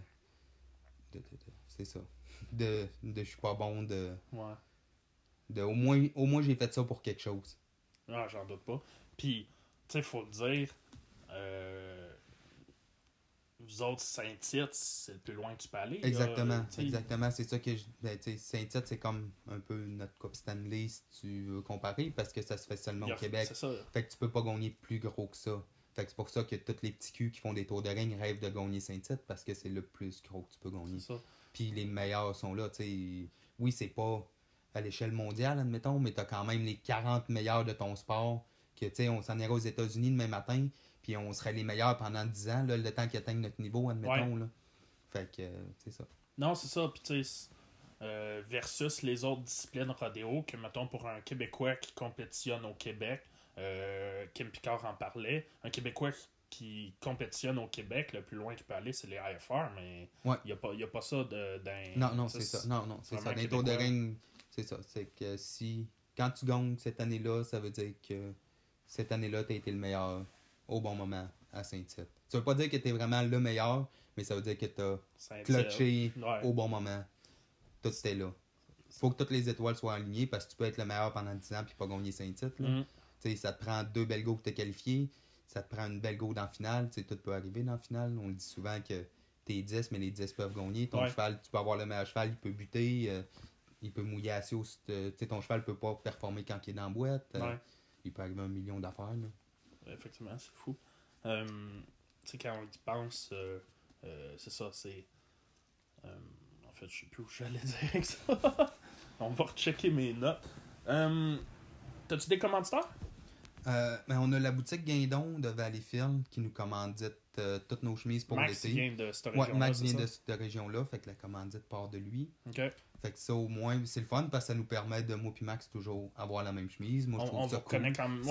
c'est ça. De je suis pas bon, au moins j'ai fait ça pour quelque chose. Ah, j'en doute pas. Puis, tu sais, faut le dire, vous autres, Saint-Tite, c'est le plus loin que tu peux aller. Exactement, là, exactement. C'est ça que Saint-Tite, c'est comme un peu notre Coupe Stanley si tu veux comparer, parce que ça se fait seulement au Québec. C'est ça. Fait que tu peux pas gagner plus gros que ça. Fait que c'est pour ça que tous les petits culs qui font des tours de ring rêvent de gagner Saint-Tite, parce que c'est le plus gros que tu peux gagner. C'est ça. Puis les meilleurs sont là, tu sais. Oui, c'est pas à l'échelle mondiale, admettons, mais t'as quand même les 40 meilleurs de ton sport, que tu sais, on s'en irait aux États-Unis demain matin, puis on serait les meilleurs pendant 10 ans, là, le temps qu'ils atteignent notre niveau, admettons, là. Fait que, c'est ça. Non, c'est ça. Puis tu sais, versus les autres disciplines rodéo, que mettons pour un Québécois qui compétitionne au Québec, Kim Picard en parlait, un Québécois qui compétitionne au Québec, le plus loin qu'il peut aller, c'est les IFR, mais il n'y a pas ça dans... Non, c'est ça. Non, c'est ça. Des tours de ring, c'est ça. C'est que si, quand tu gagnes cette année-là, ça veut dire que cette année-là, tu as été le meilleur au bon moment à Saint-Tite. Ça veut pas dire que tu es vraiment le meilleur, mais ça veut dire que tu as clutché au bon moment. Tout était là. Faut que toutes les étoiles soient alignées parce que tu peux être le meilleur pendant 10 ans puis pas gagner Saint-Tite. Ça te prend 2 belles go pour te qualifier. Ça te prend une belle go dans la finale. T'sais, tout peut arriver dans la finale. On le dit souvent que t'es 10, mais les 10 peuvent gagner. Ton cheval, tu peux avoir le meilleur cheval, il peut buter, il peut mouiller assez. Ton cheval peut pas performer quand il est dans la boîte. Il peut arriver 1 million d'affaires. Là. Effectivement, c'est fou. Quand on y pense, c'est ça, c'est... en fait, je sais plus où j'allais dire avec ça. On va rechecker mes notes. T'as-tu des commanditaires? On a la boutique Guindon de Valleyfield qui nous commandite toutes nos chemises pour Max l'été. Vient de cette région-là. Max vient de cette région-là, fait que la commandite part de lui. Okay. Fait que ça, au moins, c'est le fun parce que ça nous permet de, moi puis Max, toujours avoir la même chemise. Moi, je trouve ça cool. Quand même.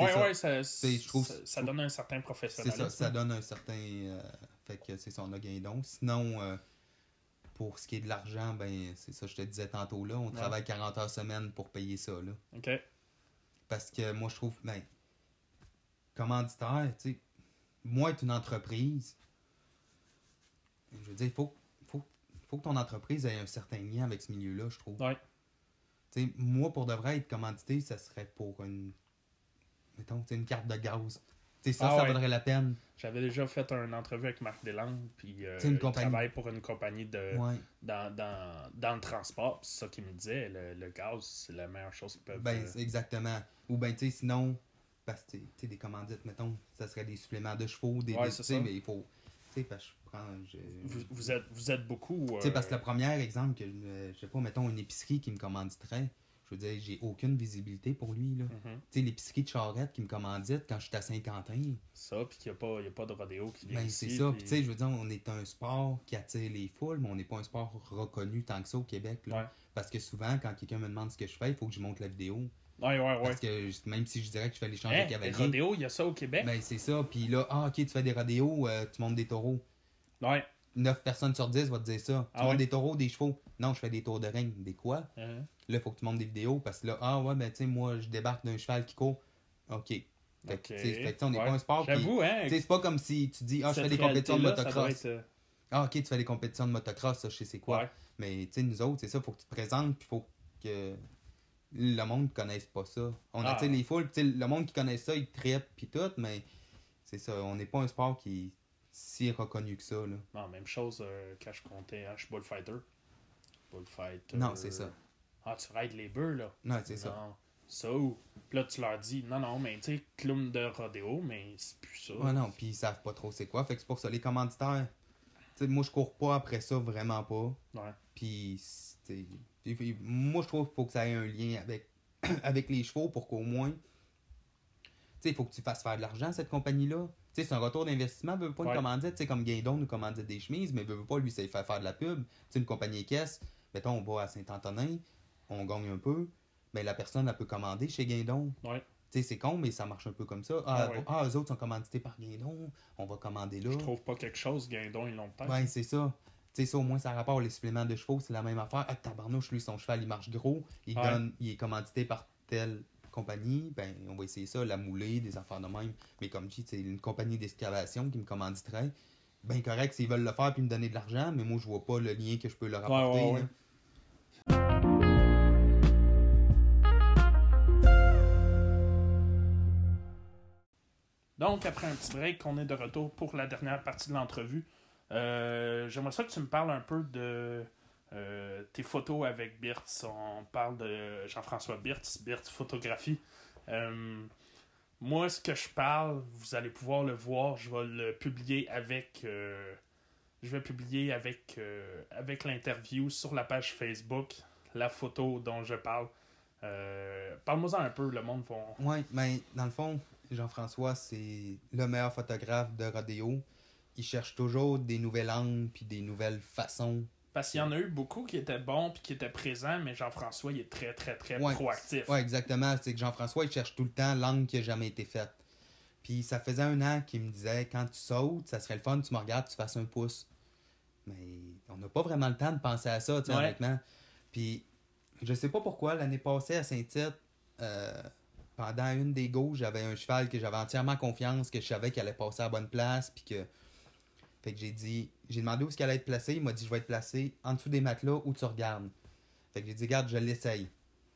Ça donne un certain professionnalisme. C'est ça donne un certain... fait que c'est ça, on a Guindon. Sinon, pour ce qui est de l'argent, ben c'est ça, je te disais tantôt là, on travaille 40 heures semaine pour payer ça, là. OK. Parce que moi, je trouve, commanditaire, tu sais, moi, être une entreprise, je veux dire, il faut que ton entreprise ait un certain lien avec ce milieu-là, je trouve. Ouais. Tu sais, moi, pour de vrai, être commandité, ça serait pour une carte de gaz. Tu sais, ça vaudrait la peine. J'avais déjà fait une entrevue avec Marc Deslandes, puis il travaille pour une compagnie dans le transport, c'est ça qu'il me disait, le gaz, c'est la meilleure chose qu'ils peuvent faire. Exactement. Ou bien, tu sais, sinon, parce que, tu sais, des commandites, mettons, ça serait des suppléments de chevaux, mais il faut... Tu sais, parce que je prends... Vous êtes beaucoup... Tu sais, parce que le premier exemple, que je sais pas, mettons, une épicerie qui me commanditerait, je veux dire, j'ai aucune visibilité pour lui, là. Tu sais, l'épicerie de Charette qui me commandite quand je suis à Saint-Quentin. Ça, puis qu'il n'y a pas de rodéo qui vient ici. C'est ça, puis tu sais, je veux dire, on est un sport qui attire les foules, mais on n'est pas un sport reconnu tant que ça au Québec, là. Ouais. Parce que souvent, quand quelqu'un me demande ce que je fais, il faut que je monte la vidéo. Ouais. Parce que même si je dirais que je fais l'échange de cavaliers... Les rodéos, il y a ça au Québec? Ben, c'est ça, puis là, ok, tu fais des rodéos, tu montes des taureaux. Ouais. 9 personnes sur 10 vont te dire ça. Tu montes des taureaux, des chevaux. Non, je fais des tours de ring. Des quoi? Là, il faut que tu montes des vidéos parce que là, tu sais, moi, je débarque d'un cheval qui court. OK. Fait que, on n'est pas un sport. J'avoue, tu sais, c'est pas comme si tu dis, je fais des compétitions de motocross. OK, tu fais des compétitions de motocross, ça, je sais c'est quoi. Ouais. Mais, tu sais, nous autres, c'est ça, faut que tu te présentes, puis faut que le monde ne connaisse pas ça. On a, tu sais, les foules, tu sais, le monde qui connaît ça, ils trippent, puis tout, mais c'est ça, on n'est pas un sport qui est si reconnu que ça, là. Non, même chose quand je comptais, je suis bullfighter. Bullfighter. Non, c'est ça. Ah, tu raides les bœufs, là. Non, c'est ça. Ça ou. Puis là, tu leur dis, non, mais tu sais, clown de rodéo, mais c'est plus ça. Ouais, non, puis ils savent pas trop c'est quoi. Fait que c'est pour ça, les commanditaires, tu sais, moi, je cours pas après ça, vraiment pas. Ouais. Puis, moi, je trouve qu'il faut que ça ait un lien avec les chevaux pour qu'au moins, tu sais, il faut que tu fasses faire de l'argent à cette compagnie-là. Tu sais, c'est un retour d'investissement, veut pas une commandite, tu sais, comme Guindon nous commandite des chemises, mais veut pas, lui, ça fait faire de la pub. Tu sais, une compagnie caisse, mettons, on va à Saint-Antonin, on gagne un peu, mais la personne, elle peut commander chez Guindon. Ouais. Tu sais, c'est con, mais ça marche un peu comme ça. Eux autres sont commandités par Guindon, on va commander là. Je trouve pas quelque chose, Guindon, ils l'ont peut-être. Ouais, c'est ça. Tu sais, ça, au moins, ça rapporte les suppléments de chevaux, c'est la même affaire. Ah, tabarnouche, lui, son cheval, il marche gros, il est commandité par telle compagnie, ben, on va essayer ça, la mouler, des affaires de même. Mais comme je dis, c'est une compagnie d'excavation qui me commanditerait. Ben correct, s'ils veulent le faire puis me donner de l'argent, mais moi, je vois pas le lien que je peux leur apporter. Ouais. Donc, après un petit break, on est de retour pour la dernière partie de l'entrevue. J'aimerais ça que tu me parles un peu de tes photos avec Birtz. On parle de Jean-François Birtz, Birtz Photographie. Moi, ce que je parle, vous allez pouvoir le voir, je vais le publier avec... je vais publier avec l'interview sur la page Facebook, la photo dont je parle. Parle-moi-en un peu, le monde va... Ouais, mais dans le fond, Jean-François, c'est le meilleur photographe de rodéo. Il cherche toujours des nouvelles angles puis des nouvelles façons. Parce qu'il y en a eu beaucoup qui étaient bons puis qui étaient présents, mais Jean-François, il est très, très, très proactif. Ouais, exactement. C'est que Jean-François, il cherche tout le temps l'angle qui n'a jamais été faite. Puis ça faisait 1 an qu'il me disait, quand tu sautes, ça serait le fun, tu me regardes, tu fasses un pouce. Mais on n'a pas vraiment le temps de penser à ça, tu sais, honnêtement. Puis je sais pas pourquoi, l'année passée à Saint-Tite, pendant une des gauches, j'avais un cheval que j'avais entièrement confiance, que je savais qu'il allait passer à la bonne place, puis que... Fait que j'ai demandé où est-ce qu'elle allait être placée. Il m'a dit, je vais être placé en dessous des matelas où tu regardes. Fait que j'ai dit, regarde, je l'essaye.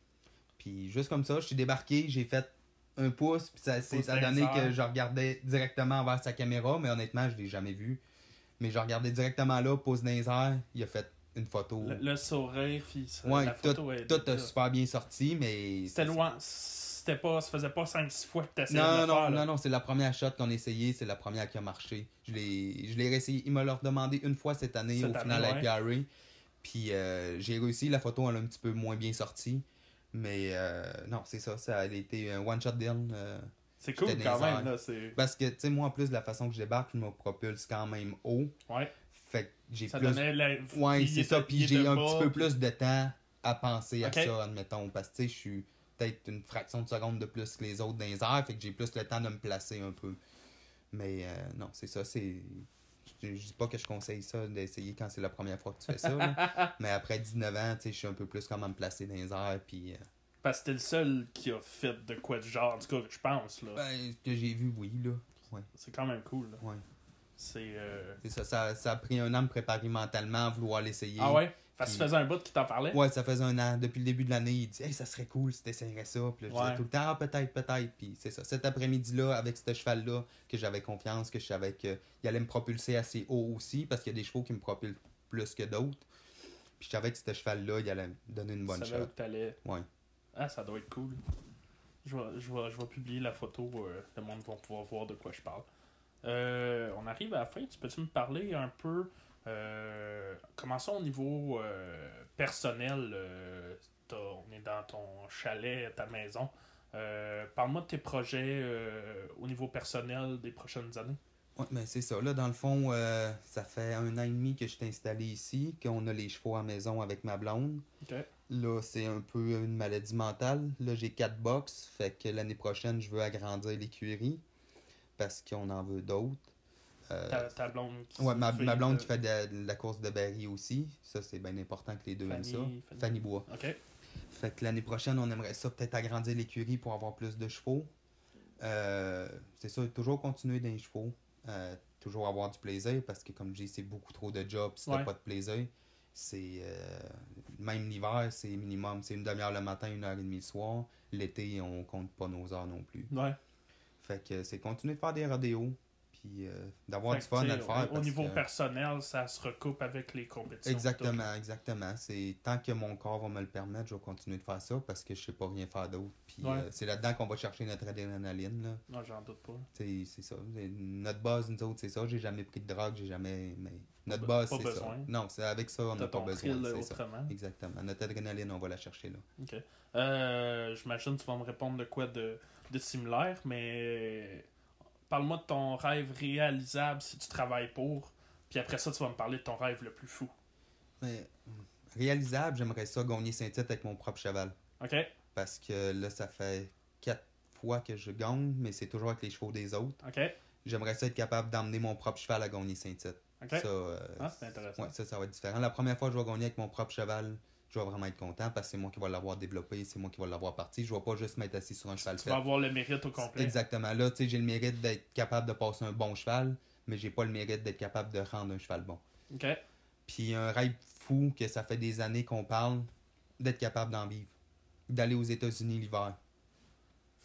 Puis juste comme ça, je suis débarqué, j'ai fait un pouce, puis ça a donné que je regardais directement vers sa caméra, mais honnêtement, je l'ai jamais vu. Mais je regardais directement là, pouce dans les airs, il a fait une photo. Le sourire, puis la photo tout a super bien sorti, mais... C'était loin. Ça faisait pas 5-6 fois que t'essayais de le faire. Non, c'est la première shot qu'on a essayé, c'est la première qui a marché. Je l'ai réessayé. Il m'a leur demandé une fois cette année, final avec Gary. Puis j'ai réussi, la photo elle a un petit peu moins bien sorti. Mais non, c'est ça, ça a été un one-shot deal. C'est cool quand même. Là, parce que, tu sais, moi, en plus, de la façon que je débarque, je me propulse quand même haut. Ouais. Fait que j'ai ça plus... Ouais, c'est ça. Puis j'ai un petit peu plus de temps à penser à ça, admettons. Parce que, tu sais, je suis peut-être une fraction de seconde de plus que les autres dans les airs. Fait que j'ai plus le temps de me placer un peu. Mais non, c'est ça. Je dis pas que je conseille ça d'essayer quand c'est la première fois que tu fais ça. Là. Mais après 19 ans, tu sais, je suis un peu plus comment me placer dans les airs. Puis... Parce que t'es le seul qui a fait de quoi du genre, du coup, je pense. Là. Ben, que j'ai vu, oui, là. Ouais. C'est quand même cool. Là. Ouais. C'est ça. Ça a pris 1 an de me préparer mentalement à vouloir l'essayer. Ah ouais? Parce que ça faisait un bout qui t'en parlait? Ouais, ça faisait 1 an. Depuis le début de l'année, il dit « Hey, ça serait cool si t'essayerais ça. » Puis là, je disais tout le temps « Ah, peut-être. » Puis c'est ça. Cet après-midi-là, avec ce cheval-là, que j'avais confiance, que je savais qu'il allait me propulser assez haut aussi, parce qu'il y a des chevaux qui me propulsent plus que d'autres. Puis je savais que ce cheval-là, il allait me donner une bonne shot. Tu savais où t'allais. Ouais. Ah, ça doit être cool. Je vais publier la photo. Le monde va pouvoir voir de quoi je parle. On arrive à la fin. Peux-tu me parler un peu... commençons au niveau personnel. On est dans ton chalet, ta maison. Parle-moi de tes projets au niveau personnel des prochaines années. Oui, mais c'est ça. Là, dans le fond, ça fait 1 an et demi que je suis installé ici, qu'on a les chevaux à la maison avec ma blonde. Okay. Là, c'est un peu une maladie mentale. Là, j'ai 4 box. Fait que l'année prochaine, je veux agrandir l'écurie parce qu'on en veut d'autres. Ta blonde qui ma blonde qui fait de la course de baril aussi. Ça, c'est bien important que les deux aiment ça. Fanny Bois. OK. Fait que l'année prochaine, on aimerait ça peut-être agrandir l'écurie pour avoir plus de chevaux. C'est ça, toujours continuer dans les chevaux. Toujours avoir du plaisir parce que, comme je dis, c'est beaucoup trop de job si t'as pas de plaisir. C'est même l'hiver, c'est minimum. C'est 1 demi-heure le matin, 1h30 le soir. L'été, on compte pas nos heures non plus. Ouais. Fait que c'est continuer de faire des rodéos. Puis d'avoir du fun à le faire. Au niveau personnel, ça se recoupe avec les compétitions. Exactement. C'est tant que mon corps va me le permettre, je vais continuer de faire ça parce que je sais pas rien faire d'autre. Puis c'est là-dedans qu'on va chercher notre adrénaline. Là. Non, j'en doute pas. C'est ça. Notre base, nous autres, c'est ça. J'ai jamais pris de drogue, mais notre base, c'est ça. Non, c'est avec ça, on n'a pas besoin. C'est ça. Exactement. Notre adrénaline, on va la chercher là. OK. J'imagine que tu vas me répondre de quoi de similaire, mais... Parle-moi de ton rêve réalisable si tu travailles pour. Puis après ça, tu vas me parler de ton rêve le plus fou. Mais réalisable, j'aimerais ça gagner Saint-Tite avec mon propre cheval. OK. Parce que là, ça fait 4 fois que je gagne, mais c'est toujours avec les chevaux des autres. OK. J'aimerais ça être capable d'emmener mon propre cheval à gagner Saint-Tite. OK. Ça, c'est intéressant. Ouais, ça va être différent. La première fois que je vais gagner avec mon propre cheval, je vais vraiment être content parce que c'est moi qui vais l'avoir développé, c'est moi qui vais l'avoir parti. Je vais pas juste m'être assis sur un cheval fait. Tu vas avoir le mérite au complet. Exactement. Là, tu sais, j'ai le mérite d'être capable de passer un bon cheval, mais j'ai pas le mérite d'être capable de rendre un cheval bon. OK. Puis un rêve fou que ça fait des années qu'on parle, d'être capable d'en vivre. D'aller aux États-Unis l'hiver.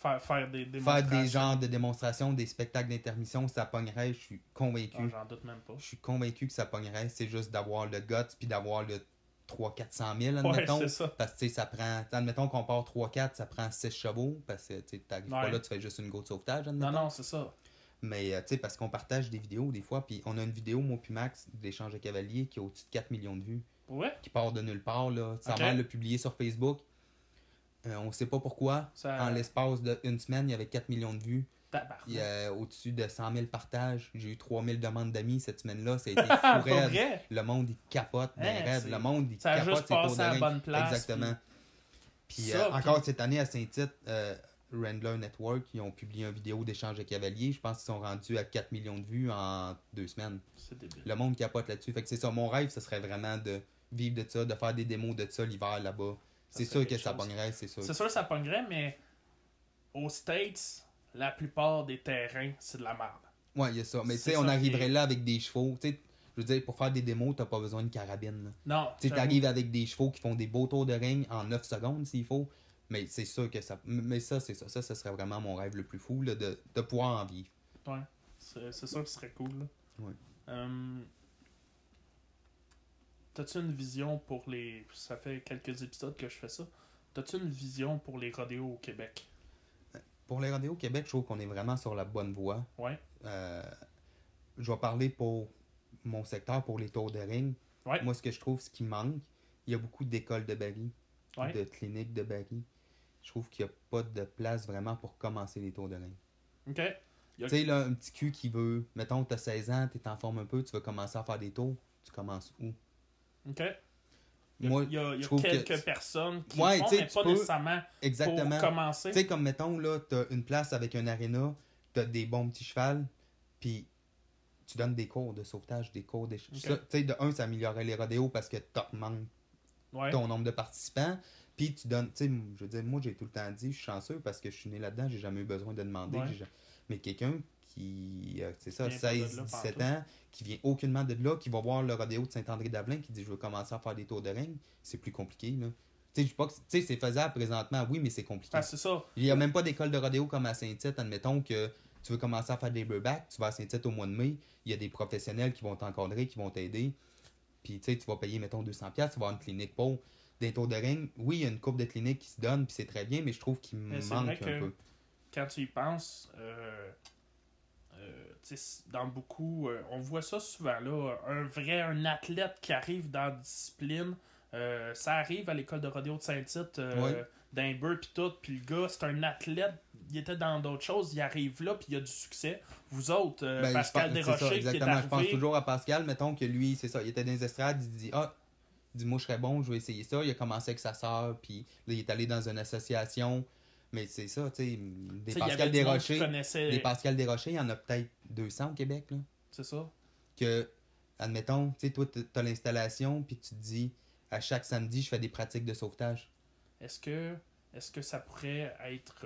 Faire des Faire démonstrations. des genres de démonstrations, des spectacles d'intermission, ça pognerait, je suis convaincu. Ah, j'en doute même pas. Je suis convaincu que ça pognerait. C'est juste d'avoir le guts puis d'avoir le 300-400 000, Ouais, admettons. c'est ça. Parce que, tu sais, ça prend... Admettons qu'on part 3-4, ça prend 6 chevaux. Parce que, tu sais, t'arrives pas là, tu fais juste une go de sauvetage, admettons. Non, c'est ça. Mais, tu sais, parce qu'on partage des vidéos, des fois, puis on a une vidéo, moi puis Max, d'échange de cavaliers, qui a au-dessus de 4 millions de vues. Ouais. Qui part de nulle part, là. Sa Ok. mère l'a publié sur Facebook. On sait pas pourquoi. Ça... En l'espace d'une semaine, il y avait 4 millions de vues. Tabarnak. Il y a au-dessus de 100 000 partages. J'ai eu 3 000 demandes d'amis cette semaine-là. Ça a été fou Pour raide. vrai? Le monde, il capote des Hein, rêves. c'est- Le monde, il Ça a capote juste ses tours passé de à la ring. bonne place. Exactement. Puis Ça, puis- encore cette année à Saint-Tite, Randler Network, ils ont publié une vidéo d'échange de cavaliers. Je pense qu'ils sont rendus à 4 millions de vues en 2 semaines. C'est débile. Le monde capote là-dessus. Fait que c'est ça. Mon rêve, ce serait vraiment de vivre de ça, de faire des démos de ça l'hiver là-bas. C'est serait sûr que quelque ça chose. pognerait, c'est sûr. C'est sûr que ça pognerait, mais aux States, la plupart des terrains, c'est de la merde. Ouais, il y a ça. Mais tu C'est sais, ça on qui arriverait est- là avec des chevaux. Tu sais, je veux dire, pour faire des démos, t'as pas besoin de carabine. Là. Non, Tu sais, j'avoue. t'arrives avec des chevaux qui font des beaux tours de ring en 9 secondes s'il faut. Mais c'est sûr que ça. Mais ça, c'est ça. Ça, ce serait vraiment mon rêve le plus fou, là, de pouvoir en vivre. Ouais, c'est sûr que ce serait cool. Là. Ouais. T'as-tu une vision pour les... Ça fait quelques épisodes que je fais ça. T'as-tu une vision pour les rodéos au Québec? Pour les rodéos au Québec, je trouve qu'on est vraiment sur la bonne voie. Ouais. Je vais parler pour mon secteur, pour les tours de ring. Ouais. Moi, ce que je trouve, ce qui manque, il y a beaucoup d'écoles de Barry, Ouais. de cliniques de Barry. Je trouve qu'il n'y a pas de place vraiment pour commencer les tours de ring. OK. Tu sais, là, un petit cul qui veut, mettons, tu as 16 ans, tu es en forme un peu, tu veux commencer à faire des tours, tu commences où? OK. Moi, Il y a je trouve quelques que... personnes qui Ouais, le font, tu sais, mais tu pas peux- nécessairement Exactement. pour commencer. Tu sais, comme mettons, là, t'as une place avec un aréna, t'as des bons petits chevals, puis tu donnes des cours de sauvetage, des cours de... Ok. Ça, tu sais, de un, ça améliorerait les rodéos parce que t'augmentes Ouais. ton nombre de participants, puis tu donnes... Tu sais, je veux dire, moi, j'ai tout le temps dit, je suis chanceux parce que je suis né là-dedans, j'ai jamais eu besoin de demander. Ouais. Mais quelqu'un qui, c'est ça, Vient pas de là, 16, 17 pantoute. ans, qui vient aucunement de là, qui va voir le rodéo de Saint-André-d'Avelin, qui dit, je veux commencer à faire des tours de ring, c'est plus compliqué, là. Tu sais, je dis pas que... Tu sais, c'est faisable présentement, oui, mais c'est compliqué. Ah, c'est ça. Il n'y a même pas d'école de rodéo comme à Saint-Tite. Admettons que tu veux commencer à faire des burbacks, tu vas à Saint-Tite au mois de mai, il y a des professionnels qui vont t'encadrer, qui vont t'aider. Puis tu sais, tu vas payer, mettons, 200$, tu vas avoir une clinique pour des tours de ring. Oui, il y a une couple de cliniques qui se donnent, puis c'est très bien, mais je trouve qu'il Mais c'est manque vrai un que- peu. Quand tu y penses, tu sais, dans beaucoup, on voit ça souvent là, un athlète qui arrive dans la discipline, ça arrive à l'école de rodéo de Saint-Tite, Ouais. d'un beurre pis tout, puis le gars, c'est un athlète, il était dans d'autres choses, il arrive là, puis il a du succès. Vous autres, Ben, je Pascal pense- c'est ça, Desrochers qui est exactement. Je pense arrivé, toujours à Pascal, mettons que lui, c'est ça, il était dans les estrades, il dit, ah, dis-moi, je serais bon, je vais essayer ça. Il a commencé avec sa sœur, puis là, il est allé dans une association. Mais c'est ça, tu sais, des tu sais, il y Pascal avait du monde qui Desrochers. connaissait, Des Pascal Desrochers, il y en a peut-être 200 au Québec, là. c'est ça. Que, admettons, tu sais, toi, t'as l'installation, puis tu te dis, à chaque samedi, je fais des pratiques de sauvetage. Est-ce que ça pourrait être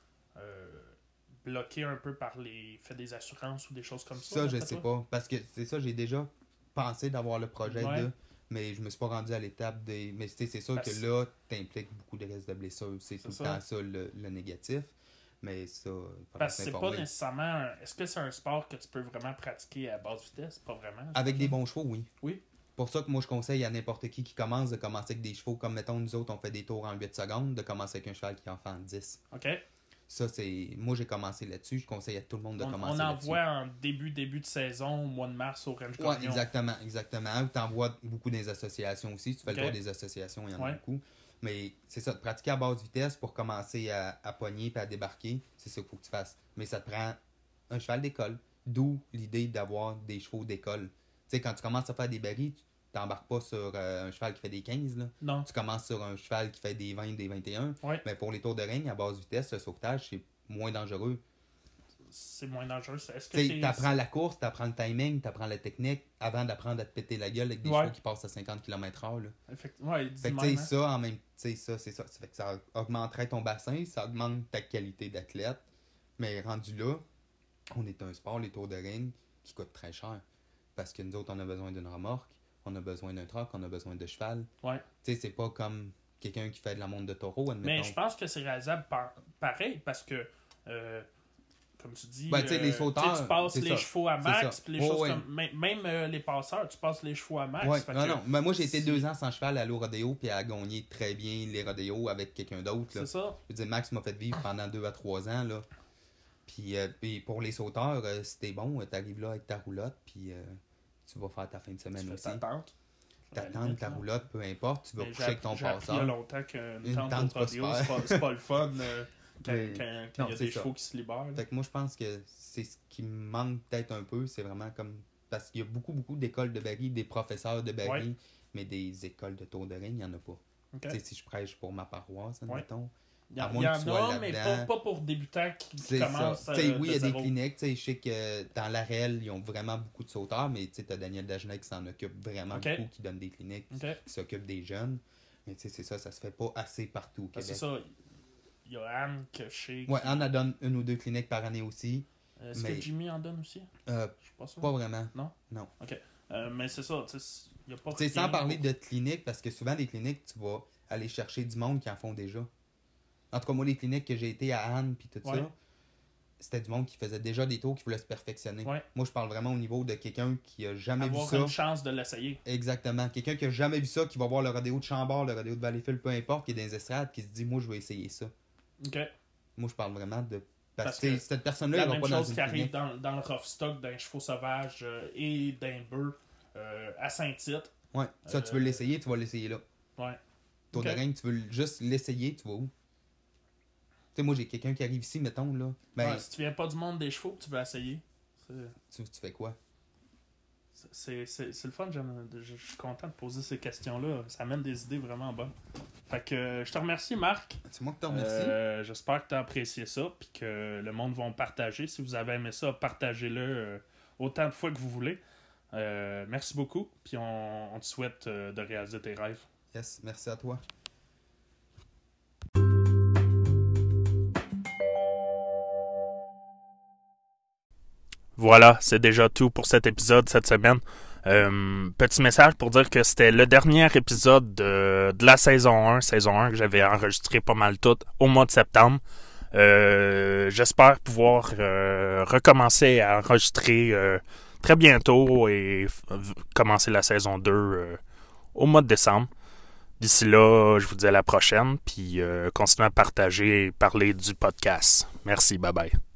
bloqué un peu par les faits des assurances ou des choses comme ça? Ça, je d'après sais toi? pas. Parce que c'est ça, j'ai déjà pensé d'avoir le projet Ouais. de. Mais je me suis pas rendu à l'étape des. Mais tu sais, c'est sûr Parce- que là, t'impliques beaucoup de risques de blessures. C'est tout le ça. temps ça le négatif. Mais ça, il faudrait Parce que c'est pas s'informer. nécessairement. Est-ce que c'est un sport que tu peux vraiment pratiquer à basse vitesse? Pas vraiment. Avec des bons chevaux, oui. Oui. Pour ça que moi, je conseille à n'importe qui commence de commencer avec des chevaux. Comme mettons, nous autres, on fait des tours en 8 secondes, de commencer avec un cheval qui en fait en 10. OK. Ça, c'est. Moi, j'ai commencé là-dessus. Je conseille à tout le monde de On commencer en là-dessus. voit en début de saison, au mois de mars, au Range Ouais, Canyon. exactement. Tu en vois beaucoup des associations aussi. Si tu fais Ok. le tour des associations, il y en a Ouais. beaucoup. Mais c'est ça, de pratiquer à basse vitesse pour commencer à pogner et à débarquer, c'est ça qu'il faut que tu fasses. Mais ça te prend un cheval d'école. D'où l'idée d'avoir des chevaux d'école. Tu sais, quand tu commences à faire des barils, tu t'embarques pas sur un cheval qui fait des 15, là. Non. Tu commences sur un cheval qui fait des 20, des 21. Ouais. Mais pour les tours de ring, à basse vitesse, le sauvetage, c'est moins dangereux. C'est moins dangereux. Est-ce que Tu c'est. sais, t'apprends la course, t'apprends le timing, t'apprends la technique avant d'apprendre à te péter la gueule avec des Ouais. chevaux qui passent à 50 km/h. Là. Ouais, il dit Fait que tu même, sais, hein. ça, en même tu sais, ça, c'est ça. Ça fait que ça augmenterait ton bassin, ça augmente ta qualité d'athlète. Mais rendu là, on est un sport, les tours de ring, qui coûte très cher. Parce que nous autres, on a besoin d'une remorque, on a besoin d'un troc, on a besoin de cheval. Ouais. Tu sais, c'est pas comme quelqu'un qui fait de la montre de taureau, admettons. Mais je pense que c'est réalisable pareil parce que, comme tu dis, Ben, tu sais, les sauteurs, tu passes c'est les ça. chevaux à C'est max, ça. puis les Oh, choses ouais. comme. Même les passeurs, tu passes les chevaux à max. Ouais. Fait Non, que non. Mais moi, j'ai été si- 2 ans sans cheval à l'eau rodéo, puis à gagner très bien les rodéos avec quelqu'un d'autre. C'est Là. ça. Je veux dire, Max m'a fait vivre pendant 2 à 3 ans. Là. Puis pour les sauteurs, si t'es bon, t'arrives là avec ta roulotte, puis tu vas faire ta fin de Tu semaine fais aussi. ta tente. Ta tente, ta roulotte, peu importe, tu vas Mais coucher avec ton j'ai appris il y a passeur. longtemps qu'une Une tente tente, au rodéo, c'est pas c'est pas le fun quand Mais- il non, y a c'est des ça. chevaux qui se libèrent. là. Fait que moi, je pense que c'est ce qui me manque peut-être un peu, c'est vraiment comme... Parce qu'il y a beaucoup d'écoles de baril, des professeurs de baril, Ouais. mais des écoles de tour de ring, il n'y en a pas. Ok. Tu sais, si je prêche pour ma paroisse, Ouais. admettons. Il y, à en- moins il y que tu en sois a, mais là-dedans. pas pour débutants qui C'est commencent ça. Tu sais, oui, il y a de des zéro. cliniques. Tu sais, je sais que dans l'AREL, ils ont vraiment beaucoup de sauteurs, mais tu sais, t'as Daniel Dagenet qui s'en occupe vraiment Ok. beaucoup, qui donne des cliniques, Ok. qui s'occupe des jeunes. Mais tu sais, c'est ça se fait pas assez partout au Ben, Québec. c'est ça. Il y a Anne que je sais. Ouais, Anne en donne 1 ou 2 cliniques par année aussi. Est-ce mais- que Jimmy en donne aussi? Euh, Je suis pas sûr. pas vraiment. Mais c'est ça, tu sais, il n'y a pas Tu sais, rien sans parler pour- de cliniques, parce que souvent, les cliniques, tu vas aller chercher du monde qui en font déjà. En tout cas, moi, les cliniques que j'ai été à Anne puis tout Ouais. ça, c'était du monde qui faisait déjà des tours, qui voulait se perfectionner. Ouais. Moi, je parle vraiment au niveau de quelqu'un qui a jamais avoir vu ça. une chance de l'essayer. Exactement. Quelqu'un qui a jamais vu ça, qui va voir le rodéo de Chambord, le rodéo de Valleyfield, peu importe, qui est dans les estrades, qui se dit, moi, je vais essayer ça. OK. Moi, je parle vraiment de... Parce Parce que que cette personne-là, La elle va même pas dans chose une qui arrive clinique. dans le rough stock d'un chevaux sauvage et d'un bœuf à Saint-Tite. Ouais. Ça, tu veux l'essayer, tu vas l'essayer là. Ouais. Tour Ok. de règne, tu veux juste l'essayer, tu vas où? Tu sais, moi, j'ai quelqu'un qui arrive ici, mettons, là. Ben, Ouais, si tu viens pas du monde des chevaux, tu veux essayer. tu fais quoi? C'est le fun, je suis content de poser ces questions-là. Ça amène des idées vraiment bonnes. Fait que je te remercie, Marc. C'est moi qui te remercie. J'espère que tu as apprécié ça puis que le monde va partager. Si vous avez aimé ça, partagez-le autant de fois que vous voulez. Merci beaucoup. Puis on te souhaite de réaliser tes rêves. Yes, merci à toi. Voilà, c'est déjà tout pour cet épisode cette semaine. Petit message pour dire que c'était le dernier épisode de la saison 1 que j'avais enregistré pas mal tout au mois de septembre. J'espère pouvoir recommencer à enregistrer très bientôt et commencer la saison 2 au mois de décembre. D'ici là, je vous dis à la prochaine, puis continuez à partager et parler du podcast. Merci, bye bye.